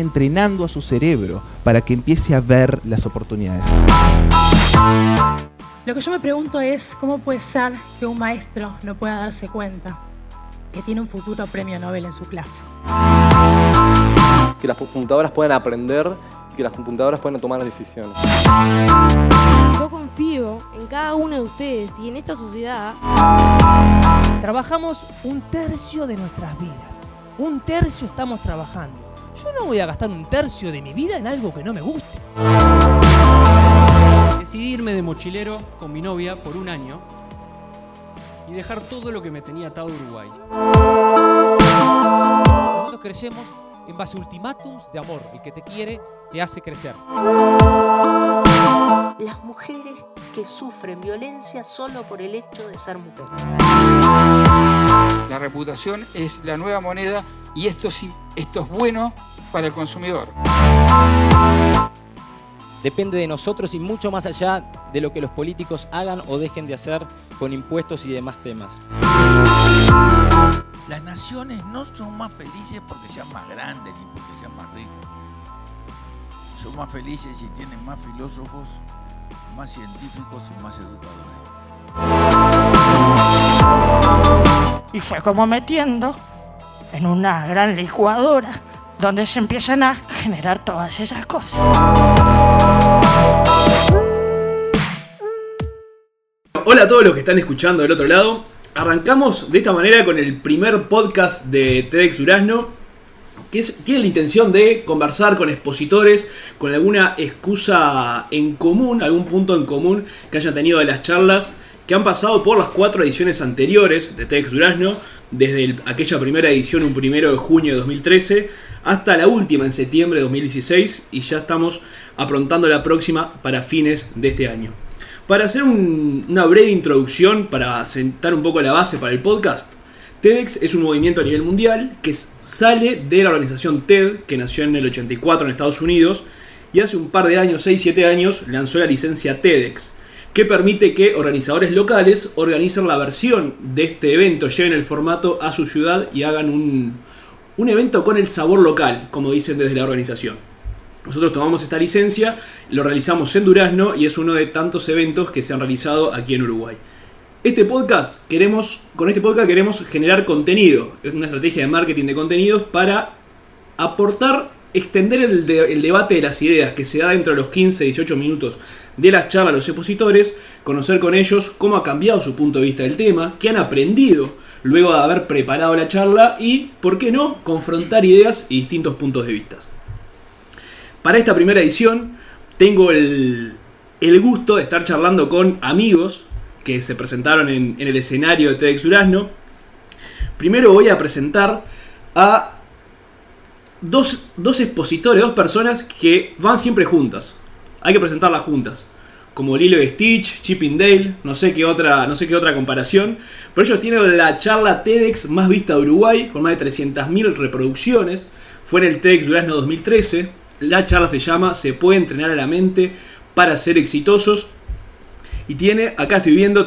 entrenando a su cerebro para que empiece a ver las oportunidades. Lo que yo me pregunto es cómo puede ser que un maestro no pueda darse cuenta que tiene un futuro premio Nobel en su clase. Que las computadoras puedan aprender y que las computadoras puedan tomar decisiones. Yo confío en cada uno de ustedes y en esta sociedad. Trabajamos un tercio de nuestras vidas. Un tercio estamos trabajando. Yo no voy a gastar un tercio de mi vida en algo que no me guste. Decidí irme de mochilero con mi novia por un año y dejar todo lo que me tenía atado a Uruguay. Nosotros crecemos en base a ultimátums de amor. El que te quiere te hace crecer. Las mujeres que sufren violencia solo por el hecho de ser mujeres. La reputación es la nueva moneda y esto es bueno para el consumidor. Depende de nosotros y mucho más allá de lo que los políticos hagan o dejen de hacer con impuestos y demás temas. Las naciones no son más felices porque sean más grandes ni porque sean más ricos. Son más felices si tienen más filósofos, más científicos y más educadores. Y fue como metiendo en una gran licuadora donde se empiezan a generar todas esas cosas. Hola a todos los que están escuchando del otro lado. Arrancamos de esta manera con el primer podcast de TEDx Durazno, que tiene la intención de conversar con expositores con alguna excusa en común, algún punto en común que hayan tenido de las charlas que han pasado por las 4 ediciones anteriores de TEDx Durazno, desde aquella primera edición, un 1 de junio de 2013, hasta la última en septiembre de 2016, y ya estamos aprontando la próxima para fines de este año. Para hacer una breve introducción, para sentar un poco la base para el podcast, TEDx es un movimiento a nivel mundial que sale de la organización TED, que nació en el 84 en Estados Unidos, y hace un par de años, 6-7 años, lanzó la licencia TEDx, que permite que organizadores locales organicen la versión de este evento, lleven el formato a su ciudad y hagan un evento con el sabor local, como dicen desde la organización. Nosotros tomamos esta licencia, lo realizamos en Durazno y es uno de tantos eventos que se han realizado aquí en Uruguay. Con este podcast queremos generar contenido, es una estrategia de marketing de contenidos para aportar, extender el debate de las ideas que se da dentro de los 15-18 minutos de las charlas a los expositores, conocer con ellos cómo ha cambiado su punto de vista del tema, qué han aprendido luego de haber preparado la charla y, por qué no, confrontar ideas y distintos puntos de vista. Para esta primera edición tengo el gusto de estar charlando con amigos que se presentaron en el escenario de TEDx Durazno. Primero voy a presentar a dos expositores, 2 personas que van siempre juntas. Hay que presentarlas juntas. Como Lilo y Stitch, Chip and Dale, no sé qué otra comparación. Pero ellos tienen la charla TEDx más vista de Uruguay, con más de 300.000 reproducciones. Fue en el TEDx Durazno 2013. La charla se llama "Se puede entrenar a la mente para ser exitosos". Y tiene, acá estoy viendo,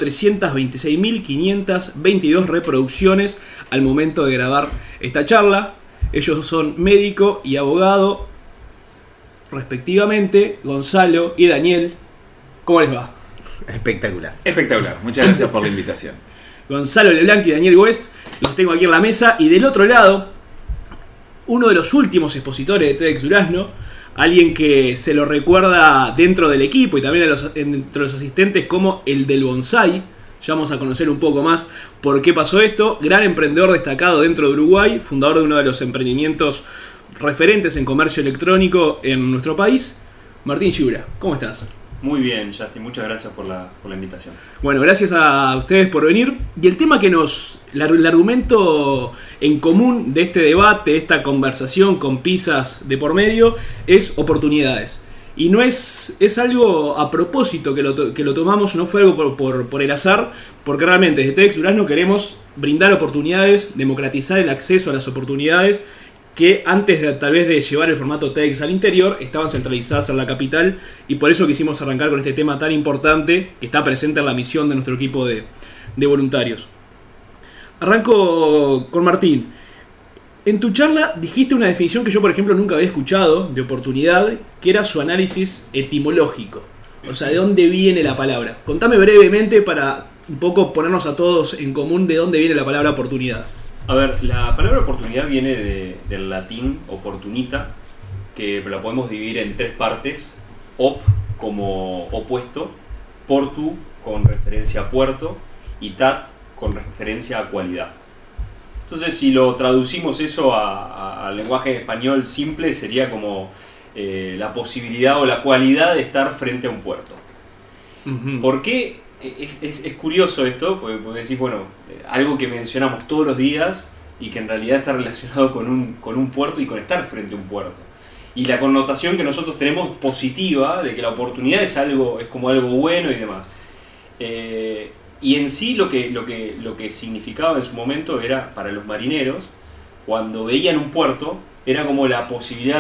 326.522 reproducciones al momento de grabar esta charla. Ellos son médico y abogado, respectivamente, Gonzalo y Daniel. ¿Cómo les va? Espectacular. Muchas gracias por la invitación. Gonzalo Leblanc y Daniel West, los tengo aquí en la mesa. Y del otro lado, uno de los últimos expositores de TEDx Durazno, alguien que se lo recuerda dentro del equipo y también entre los asistentes como el del bonsai. Ya vamos a conocer un poco más por qué pasó esto. Gran emprendedor destacado dentro de Uruguay, fundador de uno de los emprendimientos referentes en comercio electrónico en nuestro país, Martín Giura. ¿Cómo estás? Muy bien, Justin, muchas gracias por la invitación. Bueno, gracias a ustedes por venir. Y el tema el argumento en común de este debate, esta conversación con pizzas de por medio, es oportunidades. Y no es algo a propósito que lo tomamos, no fue algo por el azar, porque realmente desde TEDx Durazno queremos brindar oportunidades, democratizar el acceso a las oportunidades que antes tal vez de llevar el formato TEDx al interior estaban centralizadas en la capital, y por eso quisimos arrancar con este tema tan importante que está presente en la misión de nuestro equipo de voluntarios. Arranco con Martín. En tu charla dijiste una definición que yo, por ejemplo, nunca había escuchado de oportunidad, que era su análisis etimológico. O sea, ¿de dónde viene la palabra? Contame brevemente para un poco ponernos a todos en común de dónde viene la palabra oportunidad. A ver, la palabra oportunidad viene del latín opportunita, que la podemos dividir en 3 partes. Op como opuesto, portu con referencia a puerto y tat con referencia a cualidad. Entonces, si lo traducimos eso al lenguaje español simple, sería como la posibilidad o la cualidad de estar frente a un puerto. Uh-huh. ¿Por qué? Es curioso esto, porque decís, bueno, algo que mencionamos todos los días y que en realidad está relacionado con un puerto y con estar frente a un puerto. Y la connotación que nosotros tenemos positiva de que la oportunidad es como algo bueno y demás. Y en sí lo que significaba en su momento era, para los marineros, cuando veían un puerto, era como la posibilidad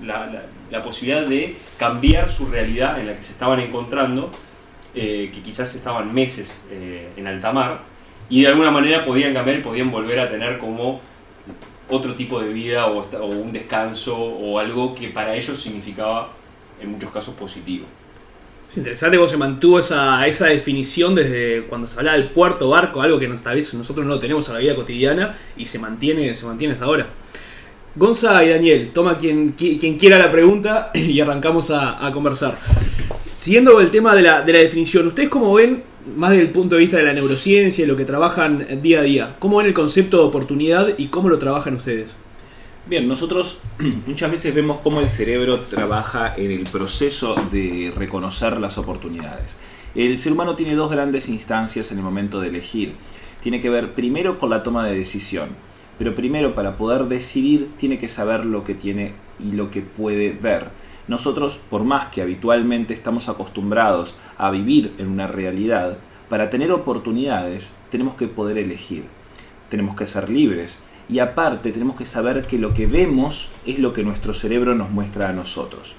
de cambiar su realidad en la que se estaban encontrando, que quizás estaban meses en alta mar, y de alguna manera podían cambiar y podían volver a tener como otro tipo de vida o un descanso o algo que para ellos significaba en muchos casos positivo. Es interesante cómo se mantuvo esa definición desde cuando se hablaba del puerto, barco, algo que tal vez nosotros no lo tenemos en la vida cotidiana y se mantiene hasta ahora. Gonza y Daniel, toma quien quiera la pregunta y arrancamos a conversar. Siguiendo el tema de la definición, ¿ustedes cómo ven, más desde el punto de vista de la neurociencia y lo que trabajan día a día, cómo ven el concepto de oportunidad y cómo lo trabajan ustedes? Bien, nosotros muchas veces vemos cómo el cerebro trabaja en el proceso de reconocer las oportunidades. El ser humano tiene 2 grandes instancias en el momento de elegir. Tiene que ver primero con la toma de decisión, pero primero para poder decidir tiene que saber lo que tiene y lo que puede ver. Nosotros, por más que habitualmente estamos acostumbrados a vivir en una realidad, para tener oportunidades tenemos que poder elegir, tenemos que ser libres. Y aparte tenemos que saber que lo que vemos es lo que nuestro cerebro nos muestra a nosotros.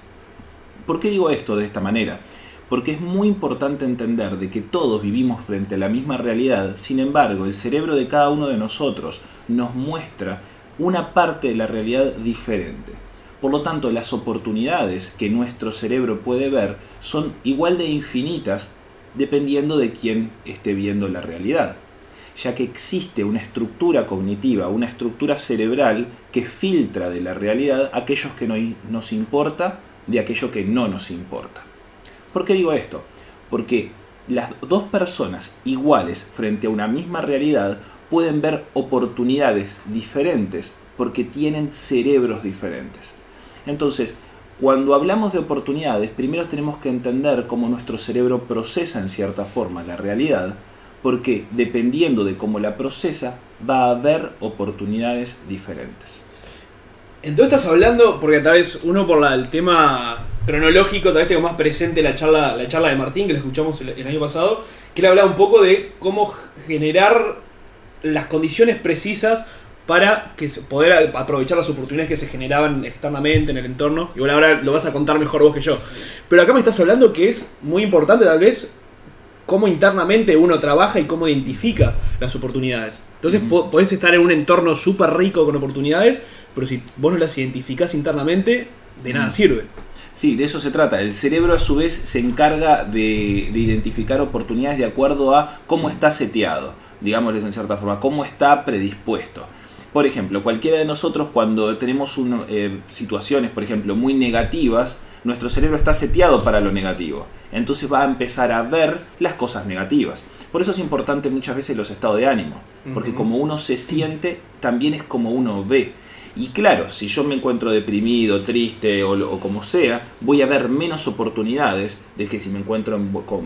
¿Por qué digo esto de esta manera? Porque es muy importante entender de que todos vivimos frente a la misma realidad, sin embargo el cerebro de cada uno de nosotros nos muestra una parte de la realidad diferente. Por lo tanto, las oportunidades que nuestro cerebro puede ver son igual de infinitas dependiendo de quién esté viendo la realidad, ya que existe una estructura cognitiva, una estructura cerebral que filtra de la realidad aquellos que nos importa de aquello que no nos importa. ¿Por qué digo esto? Porque las 2 personas iguales frente a una misma realidad pueden ver oportunidades diferentes porque tienen cerebros diferentes. Entonces, cuando hablamos de oportunidades, primero tenemos que entender cómo nuestro cerebro procesa en cierta forma la realidad, porque dependiendo de cómo la procesa, va a haber oportunidades diferentes. Entonces estás hablando, porque tal vez uno por el tema cronológico, tal vez tengo más presente la charla de Martín, que la escuchamos el año pasado, que él hablaba un poco de cómo generar las condiciones precisas para poder aprovechar las oportunidades que se generaban externamente en el entorno. Igual ahora lo vas a contar mejor vos que yo. Pero acá me estás hablando que es muy importante tal vez cómo internamente uno trabaja y cómo identifica las oportunidades. Entonces podés estar en un entorno súper rico con oportunidades, pero si vos no las identificás internamente, de nada sirve. Sí, de eso se trata. El cerebro a su vez se encarga de identificar oportunidades de acuerdo a cómo está seteado, digámosles en cierta forma, cómo está predispuesto. Por ejemplo, cualquiera de nosotros cuando tenemos situaciones, por ejemplo, muy negativas, nuestro cerebro está seteado para lo negativo. Entonces va a empezar a ver las cosas negativas. Por eso es importante muchas veces los estados de ánimo. Porque como uno se siente, también es como uno ve. Y claro, si yo me encuentro deprimido, triste o como sea, voy a ver menos oportunidades de que si me encuentro con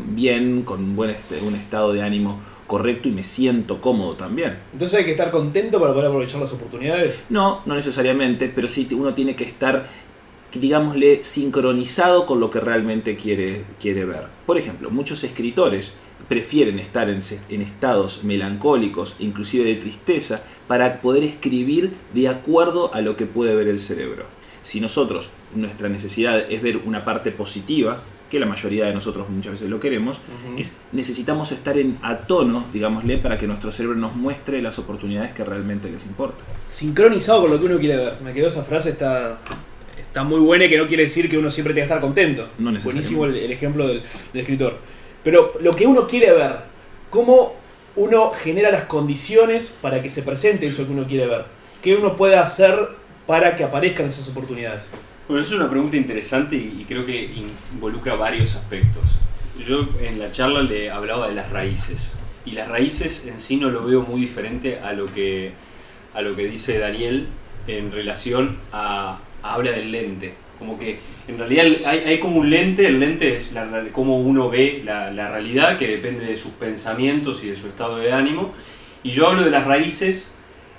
un estado de ánimo correcto y me siento cómodo también. Entonces hay que estar contento para poder aprovechar las oportunidades. No necesariamente, pero sí uno tiene que estar, digámosle, sincronizado con lo que realmente quiere ver. Por ejemplo, muchos escritores prefieren estar en estados melancólicos, inclusive de tristeza, para poder escribir de acuerdo a lo que puede ver el cerebro. Si nuestra necesidad es ver una parte positiva, que la mayoría de nosotros muchas veces lo queremos, necesitamos estar a tono, digámosle, para que nuestro cerebro nos muestre las oportunidades que realmente les importan. Sincronizado con lo que uno quiere ver. Me quedó esa frase, está muy buena, y que no quiere decir que uno siempre tenga que estar contento. No necesariamente. Buenísimo el ejemplo del escritor. Pero lo que uno quiere ver, ¿cómo uno genera las condiciones para que se presente eso que uno quiere ver? ¿Qué uno puede hacer para que aparezcan esas oportunidades? Bueno, es una pregunta interesante y creo que involucra varios aspectos. Yo en la charla le hablaba de las raíces, y las raíces en sí no lo veo muy diferente a lo que dice Daniel en relación a habla del lente. Como que en realidad hay como un lente, el lente es cómo uno ve la realidad, que depende de sus pensamientos y de su estado de ánimo, y yo hablo de las raíces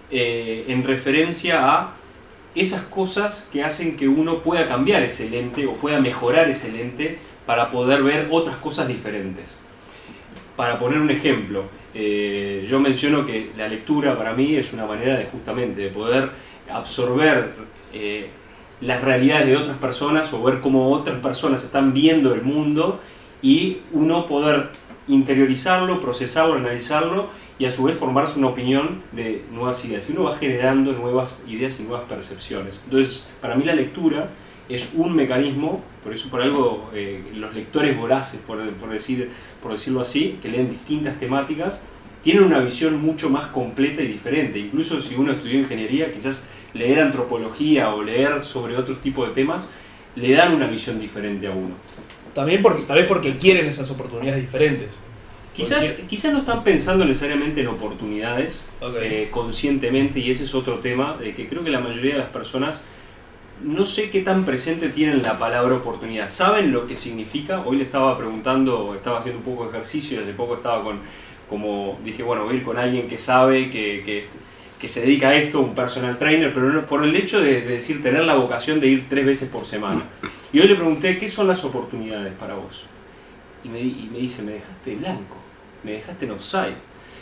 en referencia a esas cosas que hacen que uno pueda cambiar ese lente o pueda mejorar ese lente para poder ver otras cosas diferentes. Para poner un ejemplo, yo menciono que la lectura para mí es una manera de justamente de poder absorber las realidades de otras personas o ver cómo otras personas están viendo el mundo y uno poder interiorizarlo, procesarlo, analizarlo y a su vez formarse una opinión de nuevas ideas. Y uno va generando nuevas ideas y nuevas percepciones. Entonces, para mí la lectura es un mecanismo, por algo los lectores voraces, por decirlo así, que leen distintas temáticas, tienen una visión mucho más completa y diferente. Incluso si uno estudió ingeniería, quizás leer antropología o leer sobre otros tipos de temas le dan una visión diferente a uno. Tal vez porque quieren esas oportunidades diferentes. Quizás no están pensando necesariamente en oportunidades conscientemente, y ese es otro tema, de que creo que la mayoría de las personas no sé qué tan presente tienen la palabra oportunidad. ¿Saben lo que significa? Hoy le estaba preguntando, estaba haciendo un poco de ejercicio y hace poco estaba como dije, bueno, voy a ir con alguien que sabe, que se dedica a esto, un personal trainer, pero no, por el hecho de decir, tener la vocación de ir 3 veces por semana. Y hoy le pregunté, ¿qué son las oportunidades para vos? Y me dice, me dejaste blanco, me dejaste en offside.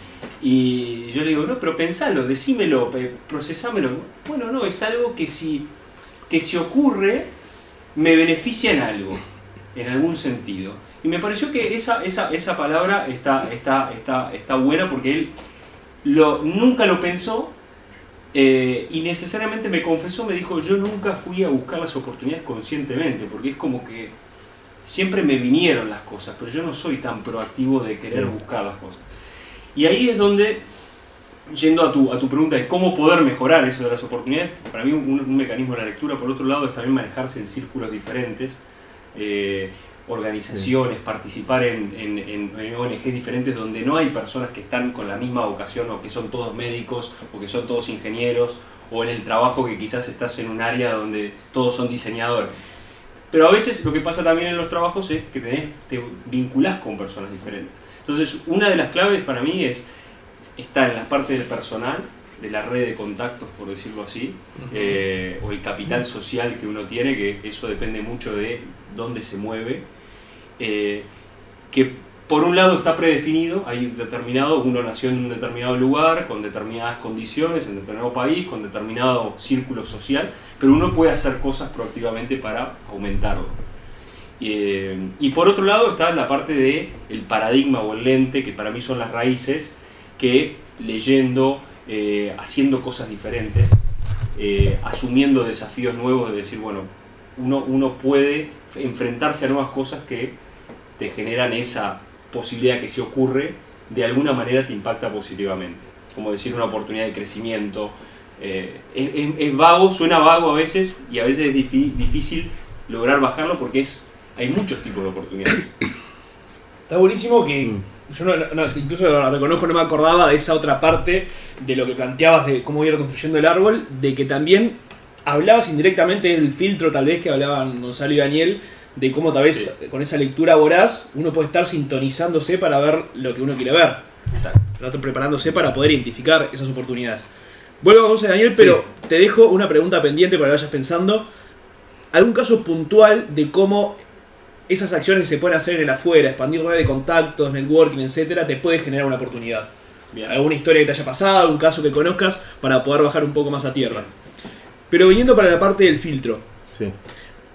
Y yo le digo, no, pero pensalo, decímelo, procesámelo. Bueno, no, es algo que si ocurre, me beneficia en algo, en algún sentido. Y me pareció que esa palabra está buena, porque él nunca lo pensó, y necesariamente me confesó, me dijo, yo nunca fui a buscar las oportunidades conscientemente, porque es como que siempre me vinieron las cosas, pero yo no soy tan proactivo de querer buscar las cosas. Y ahí es donde, yendo a tu pregunta de cómo poder mejorar eso de las oportunidades, para mí un mecanismo de la lectura, por otro lado, es también manejarse en círculos diferentes, organizaciones, participar en ONGs diferentes donde no hay personas que están con la misma vocación, o que son todos médicos, o que son todos ingenieros, o en el trabajo que quizás estás en un área donde todos son diseñadores. Pero a veces lo que pasa también en los trabajos es que te vinculás con personas diferentes. Entonces, una de las claves para mí está en la parte del personal, de la red de contactos, por decirlo así, o el capital social que uno tiene, que eso depende mucho de dónde se mueve, que por un lado está predefinido, uno nació en un determinado lugar, con determinadas condiciones, en determinado país, con determinado círculo social, pero uno puede hacer cosas proactivamente para aumentarlo. Y por otro lado está la parte del paradigma o el lente, que para mí son las raíces, que leyendo, haciendo cosas diferentes, asumiendo desafíos nuevos, de decir, bueno, uno puede enfrentarse a nuevas cosas que te generan esa posibilidad que si ocurre, de alguna manera te impacta positivamente. Como decir, una oportunidad de crecimiento. Es vago, suena vago a veces, y a veces es difícil lograr bajarlo porque hay muchos tipos de oportunidades. Está buenísimo que yo incluso lo reconozco, no me acordaba de esa otra parte de lo que planteabas de cómo ir construyendo el árbol, de que también hablabas indirectamente del filtro, tal vez, que hablaban Gonzalo y Daniel, de cómo tal vez con esa lectura voraz uno puede estar sintonizándose para ver lo que uno quiere ver. Exacto. Preparándose para poder identificar esas oportunidades. Vuelvo a vos, Daniel, pero te dejo una pregunta pendiente para que vayas pensando. ¿Algún caso puntual de cómo esas acciones que se pueden hacer en el afuera, expandir red de contactos, networking, etcétera, te puede generar una oportunidad? Bien. ¿Alguna historia que te haya pasado, un caso que conozcas, para poder bajar un poco más a tierra? Pero viniendo para la parte del filtro.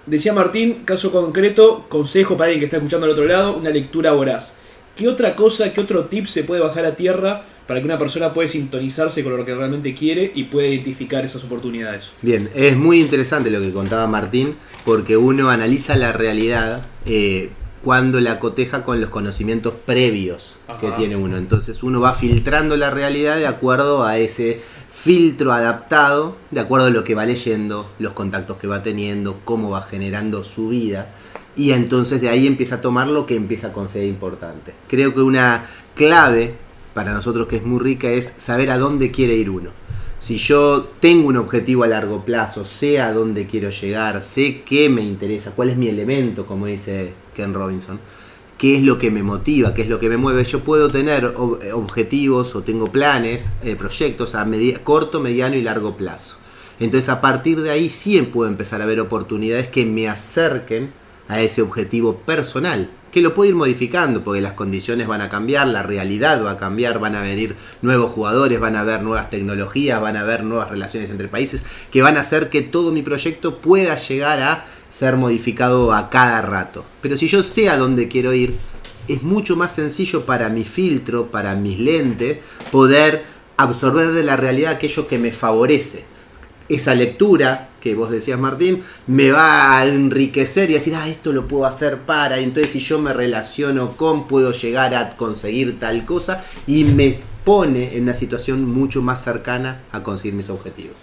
decía Martín, caso concreto, consejo para alguien que está escuchando al otro lado, una lectura voraz. ¿Qué otra cosa, qué otro tip se puede bajar a tierra para que una persona pueda sintonizarse con lo que realmente quiere y pueda identificar esas oportunidades? Bien, es muy interesante lo que contaba Martín, porque uno analiza la realidad cuando la coteja con los conocimientos previos que tiene uno. Entonces uno va filtrando la realidad de acuerdo a ese filtro adaptado, de acuerdo a lo que va leyendo, los contactos que va teniendo, cómo va generando su vida. Y entonces de ahí empieza a tomar lo que empieza a considerar importante. Creo que una clave para nosotros que es muy rica es saber a dónde quiere ir uno. Si yo tengo un objetivo a largo plazo, sé a dónde quiero llegar, sé qué me interesa, cuál es mi elemento, como dice Ken Robinson, qué es lo que me motiva, qué es lo que me mueve, yo puedo tener objetivos o tengo planes, proyectos a corto, mediano y largo plazo. Entonces a partir de ahí sí puedo empezar a ver oportunidades que me acerquen a ese objetivo personal, que lo puedo ir modificando porque las condiciones van a cambiar, la realidad va a cambiar, van a venir nuevos jugadores, van a haber nuevas tecnologías, van a haber nuevas relaciones entre países que van a hacer que todo mi proyecto pueda llegar a ser modificado a cada rato. Pero si yo sé a dónde quiero ir, es mucho más sencillo para mi filtro, para mis lentes, poder absorber de la realidad aquello que me favorece. Esa lectura que vos decías, Martín, me va a enriquecer y decir, esto lo puedo hacer para, y entonces si yo me relaciono con, puedo llegar a conseguir tal cosa, y me pone en una situación mucho más cercana a conseguir mis objetivos.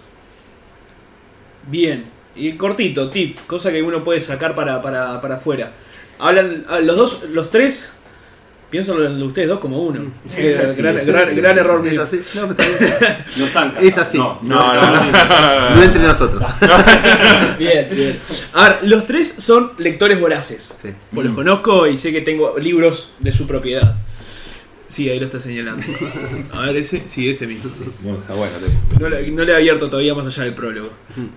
Bien, y cortito, tip, cosa que uno puede sacar para afuera. Hablan los tres. Pienso en ustedes dos como uno. Gran error mío. No están casados. Es así. No entre nosotros. Bien. A ver, los tres son lectores voraces. Sí. Pues los conozco y sé que tengo libros de su propiedad. Sí, ahí lo está señalando. A ver, ese. Sí, ese mismo. No le he abierto todavía más allá del prólogo.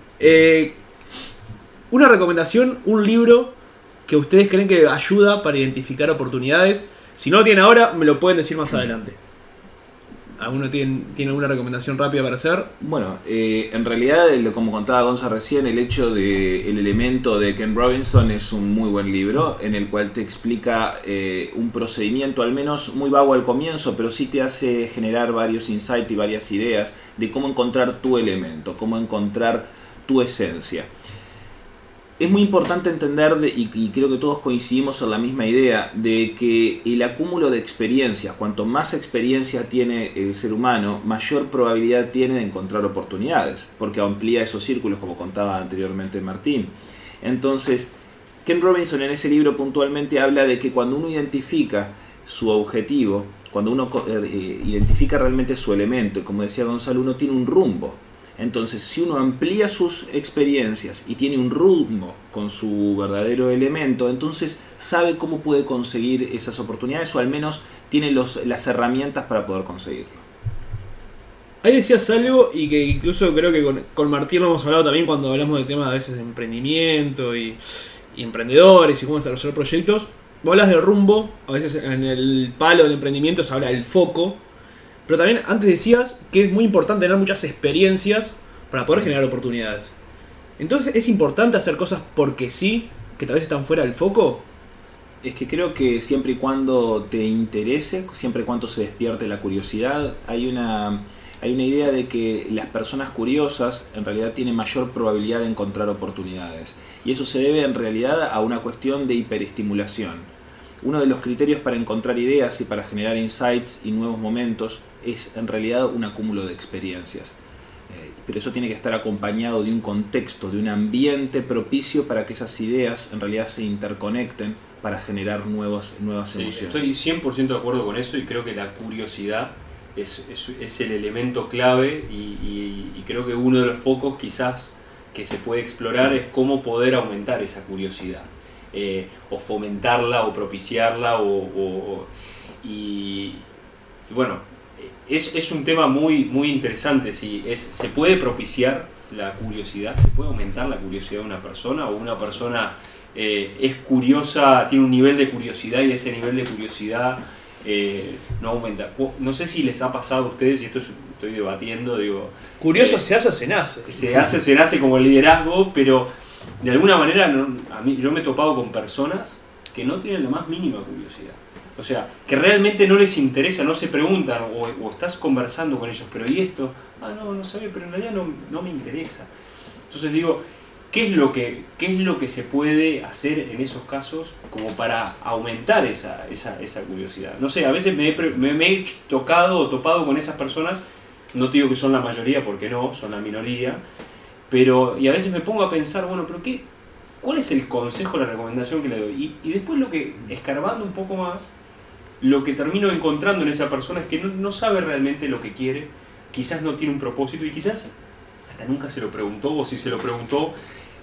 Una recomendación, un libro que ustedes creen que ayuda para identificar oportunidades. Si no lo tienen ahora, me lo pueden decir más adelante. ¿Alguno tiene alguna recomendación rápida para hacer? Bueno, en realidad, como contaba Gonza recién, el hecho de El elemento de Ken Robinson es un muy buen libro en el cual te explica un procedimiento, al menos muy vago al comienzo, pero sí te hace generar varios insights y varias ideas de cómo encontrar tu elemento, cómo encontrar tu esencia. Es muy importante entender, y creo que todos coincidimos en la misma idea, de que el acúmulo de experiencias, cuanto más experiencia tiene el ser humano, mayor probabilidad tiene de encontrar oportunidades, porque amplía esos círculos, como contaba anteriormente Martín. Entonces, Ken Robinson en ese libro puntualmente habla de que cuando uno identifica su objetivo, cuando uno identifica realmente su elemento, y como decía Gonzalo, uno tiene un rumbo. Entonces, si uno amplía sus experiencias y tiene un rumbo con su verdadero elemento, entonces sabe cómo puede conseguir esas oportunidades, o al menos tiene las herramientas para poder conseguirlo. Ahí decías algo, y que incluso creo que con Martín lo hemos hablado también cuando hablamos de temas a veces de emprendimiento y emprendedores y cómo desarrollar proyectos. Vos hablas del rumbo, a veces en el palo del emprendimiento se habla del foco. Pero también antes decías que es muy importante tener muchas experiencias para poder generar oportunidades. Entonces, ¿es importante hacer cosas porque sí, que tal vez están fuera del foco? Es que creo que siempre y cuando te interese, siempre y cuando se despierte la curiosidad, hay una idea de que las personas curiosas en realidad tienen mayor probabilidad de encontrar oportunidades. Y eso se debe en realidad a una cuestión de hiperestimulación. Uno de los criterios para encontrar ideas y para generar insights y nuevos momentos es en realidad un acúmulo de experiencias. Pero eso tiene que estar acompañado de un contexto, de un ambiente propicio para que esas ideas en realidad se interconecten para generar nuevas emociones. Estoy 100% de acuerdo con eso, y creo que la curiosidad es el elemento clave, y creo que uno de los focos quizás que se puede explorar es cómo poder aumentar esa curiosidad. O fomentarla o propiciarla y bueno, es un tema muy interesante. ¿Se puede propiciar la curiosidad? ¿Se puede aumentar la curiosidad de una persona? ¿O una persona es curiosa, tiene un nivel de curiosidad y ese nivel de curiosidad no aumenta? No sé si les ha pasado a ustedes, y esto estoy debatiendo, digo... Curioso se hace o se nace. Se nace como liderazgo, pero de alguna manera yo me he topado con personas que no tienen la más mínima curiosidad. O sea, que realmente no les interesa, no se preguntan, o estás conversando con ellos, pero ¿y esto? No sabía, pero en realidad no me interesa. Entonces digo, ¿qué es lo que se puede hacer en esos casos como para aumentar esa curiosidad? No sé, a veces me he topado con esas personas, no te digo que son la mayoría porque no, son la minoría, y a veces me pongo a pensar, bueno, pero ¿cuál es el consejo, la recomendación que le doy? Y después escarbando un poco más, lo que termino encontrando en esa persona es que no sabe realmente lo que quiere, quizás no tiene un propósito y quizás hasta nunca se lo preguntó, o si se lo preguntó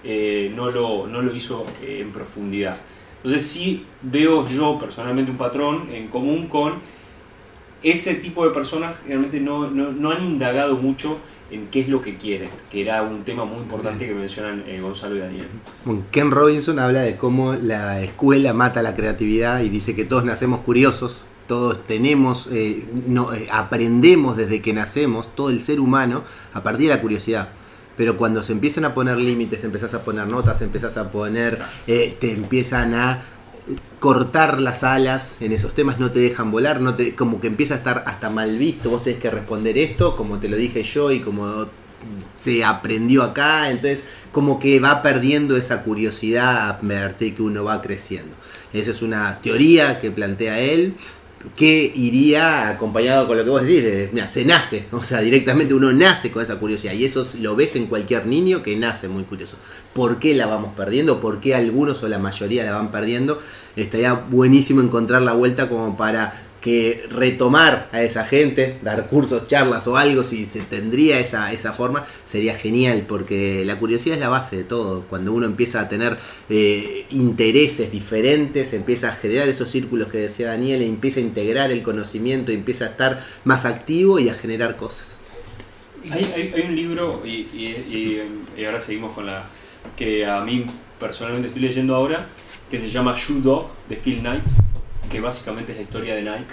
no lo hizo en profundidad. Entonces sí veo yo personalmente un patrón en común con ese tipo de personas que realmente no han indagado mucho en qué es lo que quieren, que era un tema muy importante que mencionan Gonzalo y Daniel. Bueno, Ken Robinson habla de cómo la escuela mata la creatividad y dice que todos nacemos curiosos, todos tenemos, aprendemos desde que nacemos, todo el ser humano, a partir de la curiosidad. Pero cuando se empiezan a poner límites, empezás a poner notas, empezás a poner, te empiezan a cortar las alas en esos temas, no te dejan volar, como que empieza a estar hasta mal visto, vos tenés que responder esto como te lo dije yo y como se aprendió acá, entonces como que va perdiendo esa curiosidad a medida que uno va creciendo. Esa es una teoría que plantea él, que iría acompañado con lo que vos decís, se nace, o sea, directamente uno nace con esa curiosidad y eso lo ves en cualquier niño que nace muy curioso. ¿Por qué la vamos perdiendo? ¿Por qué algunos o la mayoría la van perdiendo? Estaría buenísimo encontrar la vuelta como para que retomar a esa gente, dar cursos, charlas o algo, si se tendría esa forma, sería genial, porque la curiosidad es la base de todo. Cuando uno empieza a tener intereses diferentes, empieza a generar esos círculos que decía Daniel, empieza a integrar el conocimiento, empieza a estar más activo y a generar cosas. Hay un libro, y ahora seguimos con la que a mí personalmente estoy leyendo ahora, que se llama Shoe Dog, de Phil Knight, que básicamente es la historia de Nike,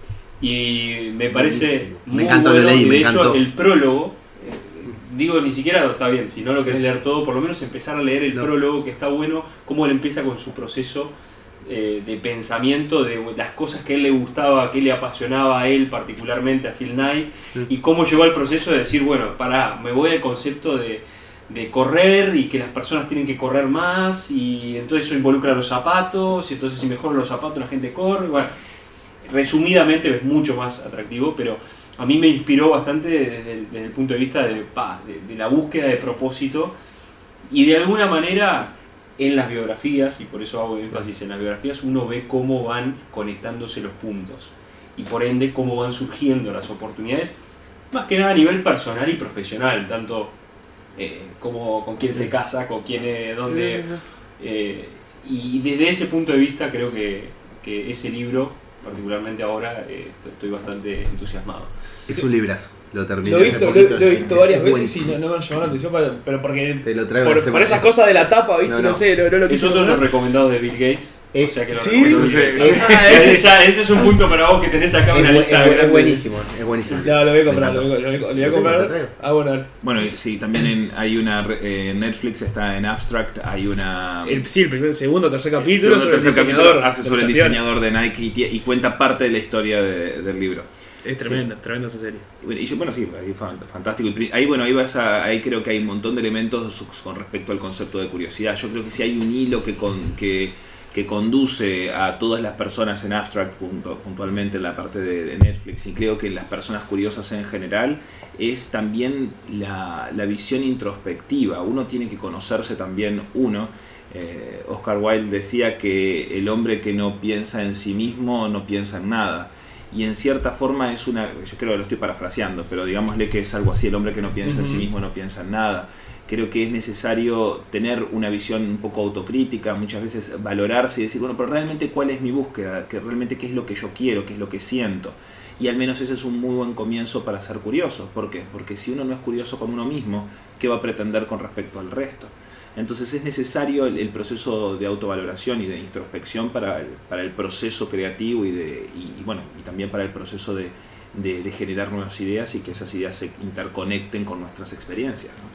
y me parece muy encantó, bueno. Lo leí, de hecho encantó. el prólogo, digo, ni siquiera está bien, si no lo querés leer todo, por lo menos empezar a leer el prólogo, que está bueno, cómo él empieza con su proceso de pensamiento, de las cosas que a él le gustaba, que le apasionaba a él particularmente, a Phil Knight, y cómo llegó al proceso de decir, bueno, me voy al concepto de correr y que las personas tienen que correr más, y entonces eso involucra los zapatos, y entonces si mejoran los zapatos la gente corre. Bueno, resumidamente es mucho más atractivo, pero a mí me inspiró bastante desde el punto de vista de la búsqueda de propósito, y de alguna manera en las biografías, y por eso hago énfasis en las biografías, uno ve cómo van conectándose los puntos y por ende cómo van surgiendo las oportunidades, más que nada a nivel personal y profesional, tanto como con quién se casa, con quién, dónde, y desde ese punto de vista creo que ese libro, particularmente ahora, estoy bastante entusiasmado. Es un librazo, lo terminé. Lo he visto varias veces y no me han llamado la atención, pero porque te lo traigo por esas cosas de la tapa, ¿viste? No sé, no lo quise. Es otro de los recomendados de Bill Gates. O sea que lo ese es un punto para vos que tenés acá una lista. Es buenísimo, es buenísimo. No, lo voy a comprar, lo voy a comprar. Bueno, sí, también hay una Netflix, está en Abstract, hay una... el segundo, tercer capítulo sobre el diseñador de Nike y cuenta parte de la historia del libro. Es tremenda esa serie. Bueno, sí, fantástico. Ahí creo que hay un montón de elementos con respecto al concepto de curiosidad. Yo creo que si hay un hilo que conduce a todas las personas en Abstract, puntualmente en la parte de Netflix, y creo que las personas curiosas en general, es también la visión introspectiva. Uno tiene que conocerse también uno. Oscar Wilde decía que el hombre que no piensa en sí mismo no piensa en nada. Y en cierta forma yo creo que lo estoy parafraseando, pero digámosle que es algo así: el hombre que no piensa en sí mismo no piensa en nada. Creo que es necesario tener una visión un poco autocrítica, muchas veces valorarse y decir, bueno, pero realmente cuál es mi búsqueda, que realmente qué es lo que yo quiero, qué es lo que siento. Y al menos ese es un muy buen comienzo para ser curioso. ¿Por qué? Porque si uno no es curioso con uno mismo, ¿qué va a pretender con respecto al resto? Entonces es necesario el proceso de autovaloración y de introspección para el proceso creativo y también para el proceso de generar nuevas ideas y que esas ideas se interconecten con nuestras experiencias, ¿no?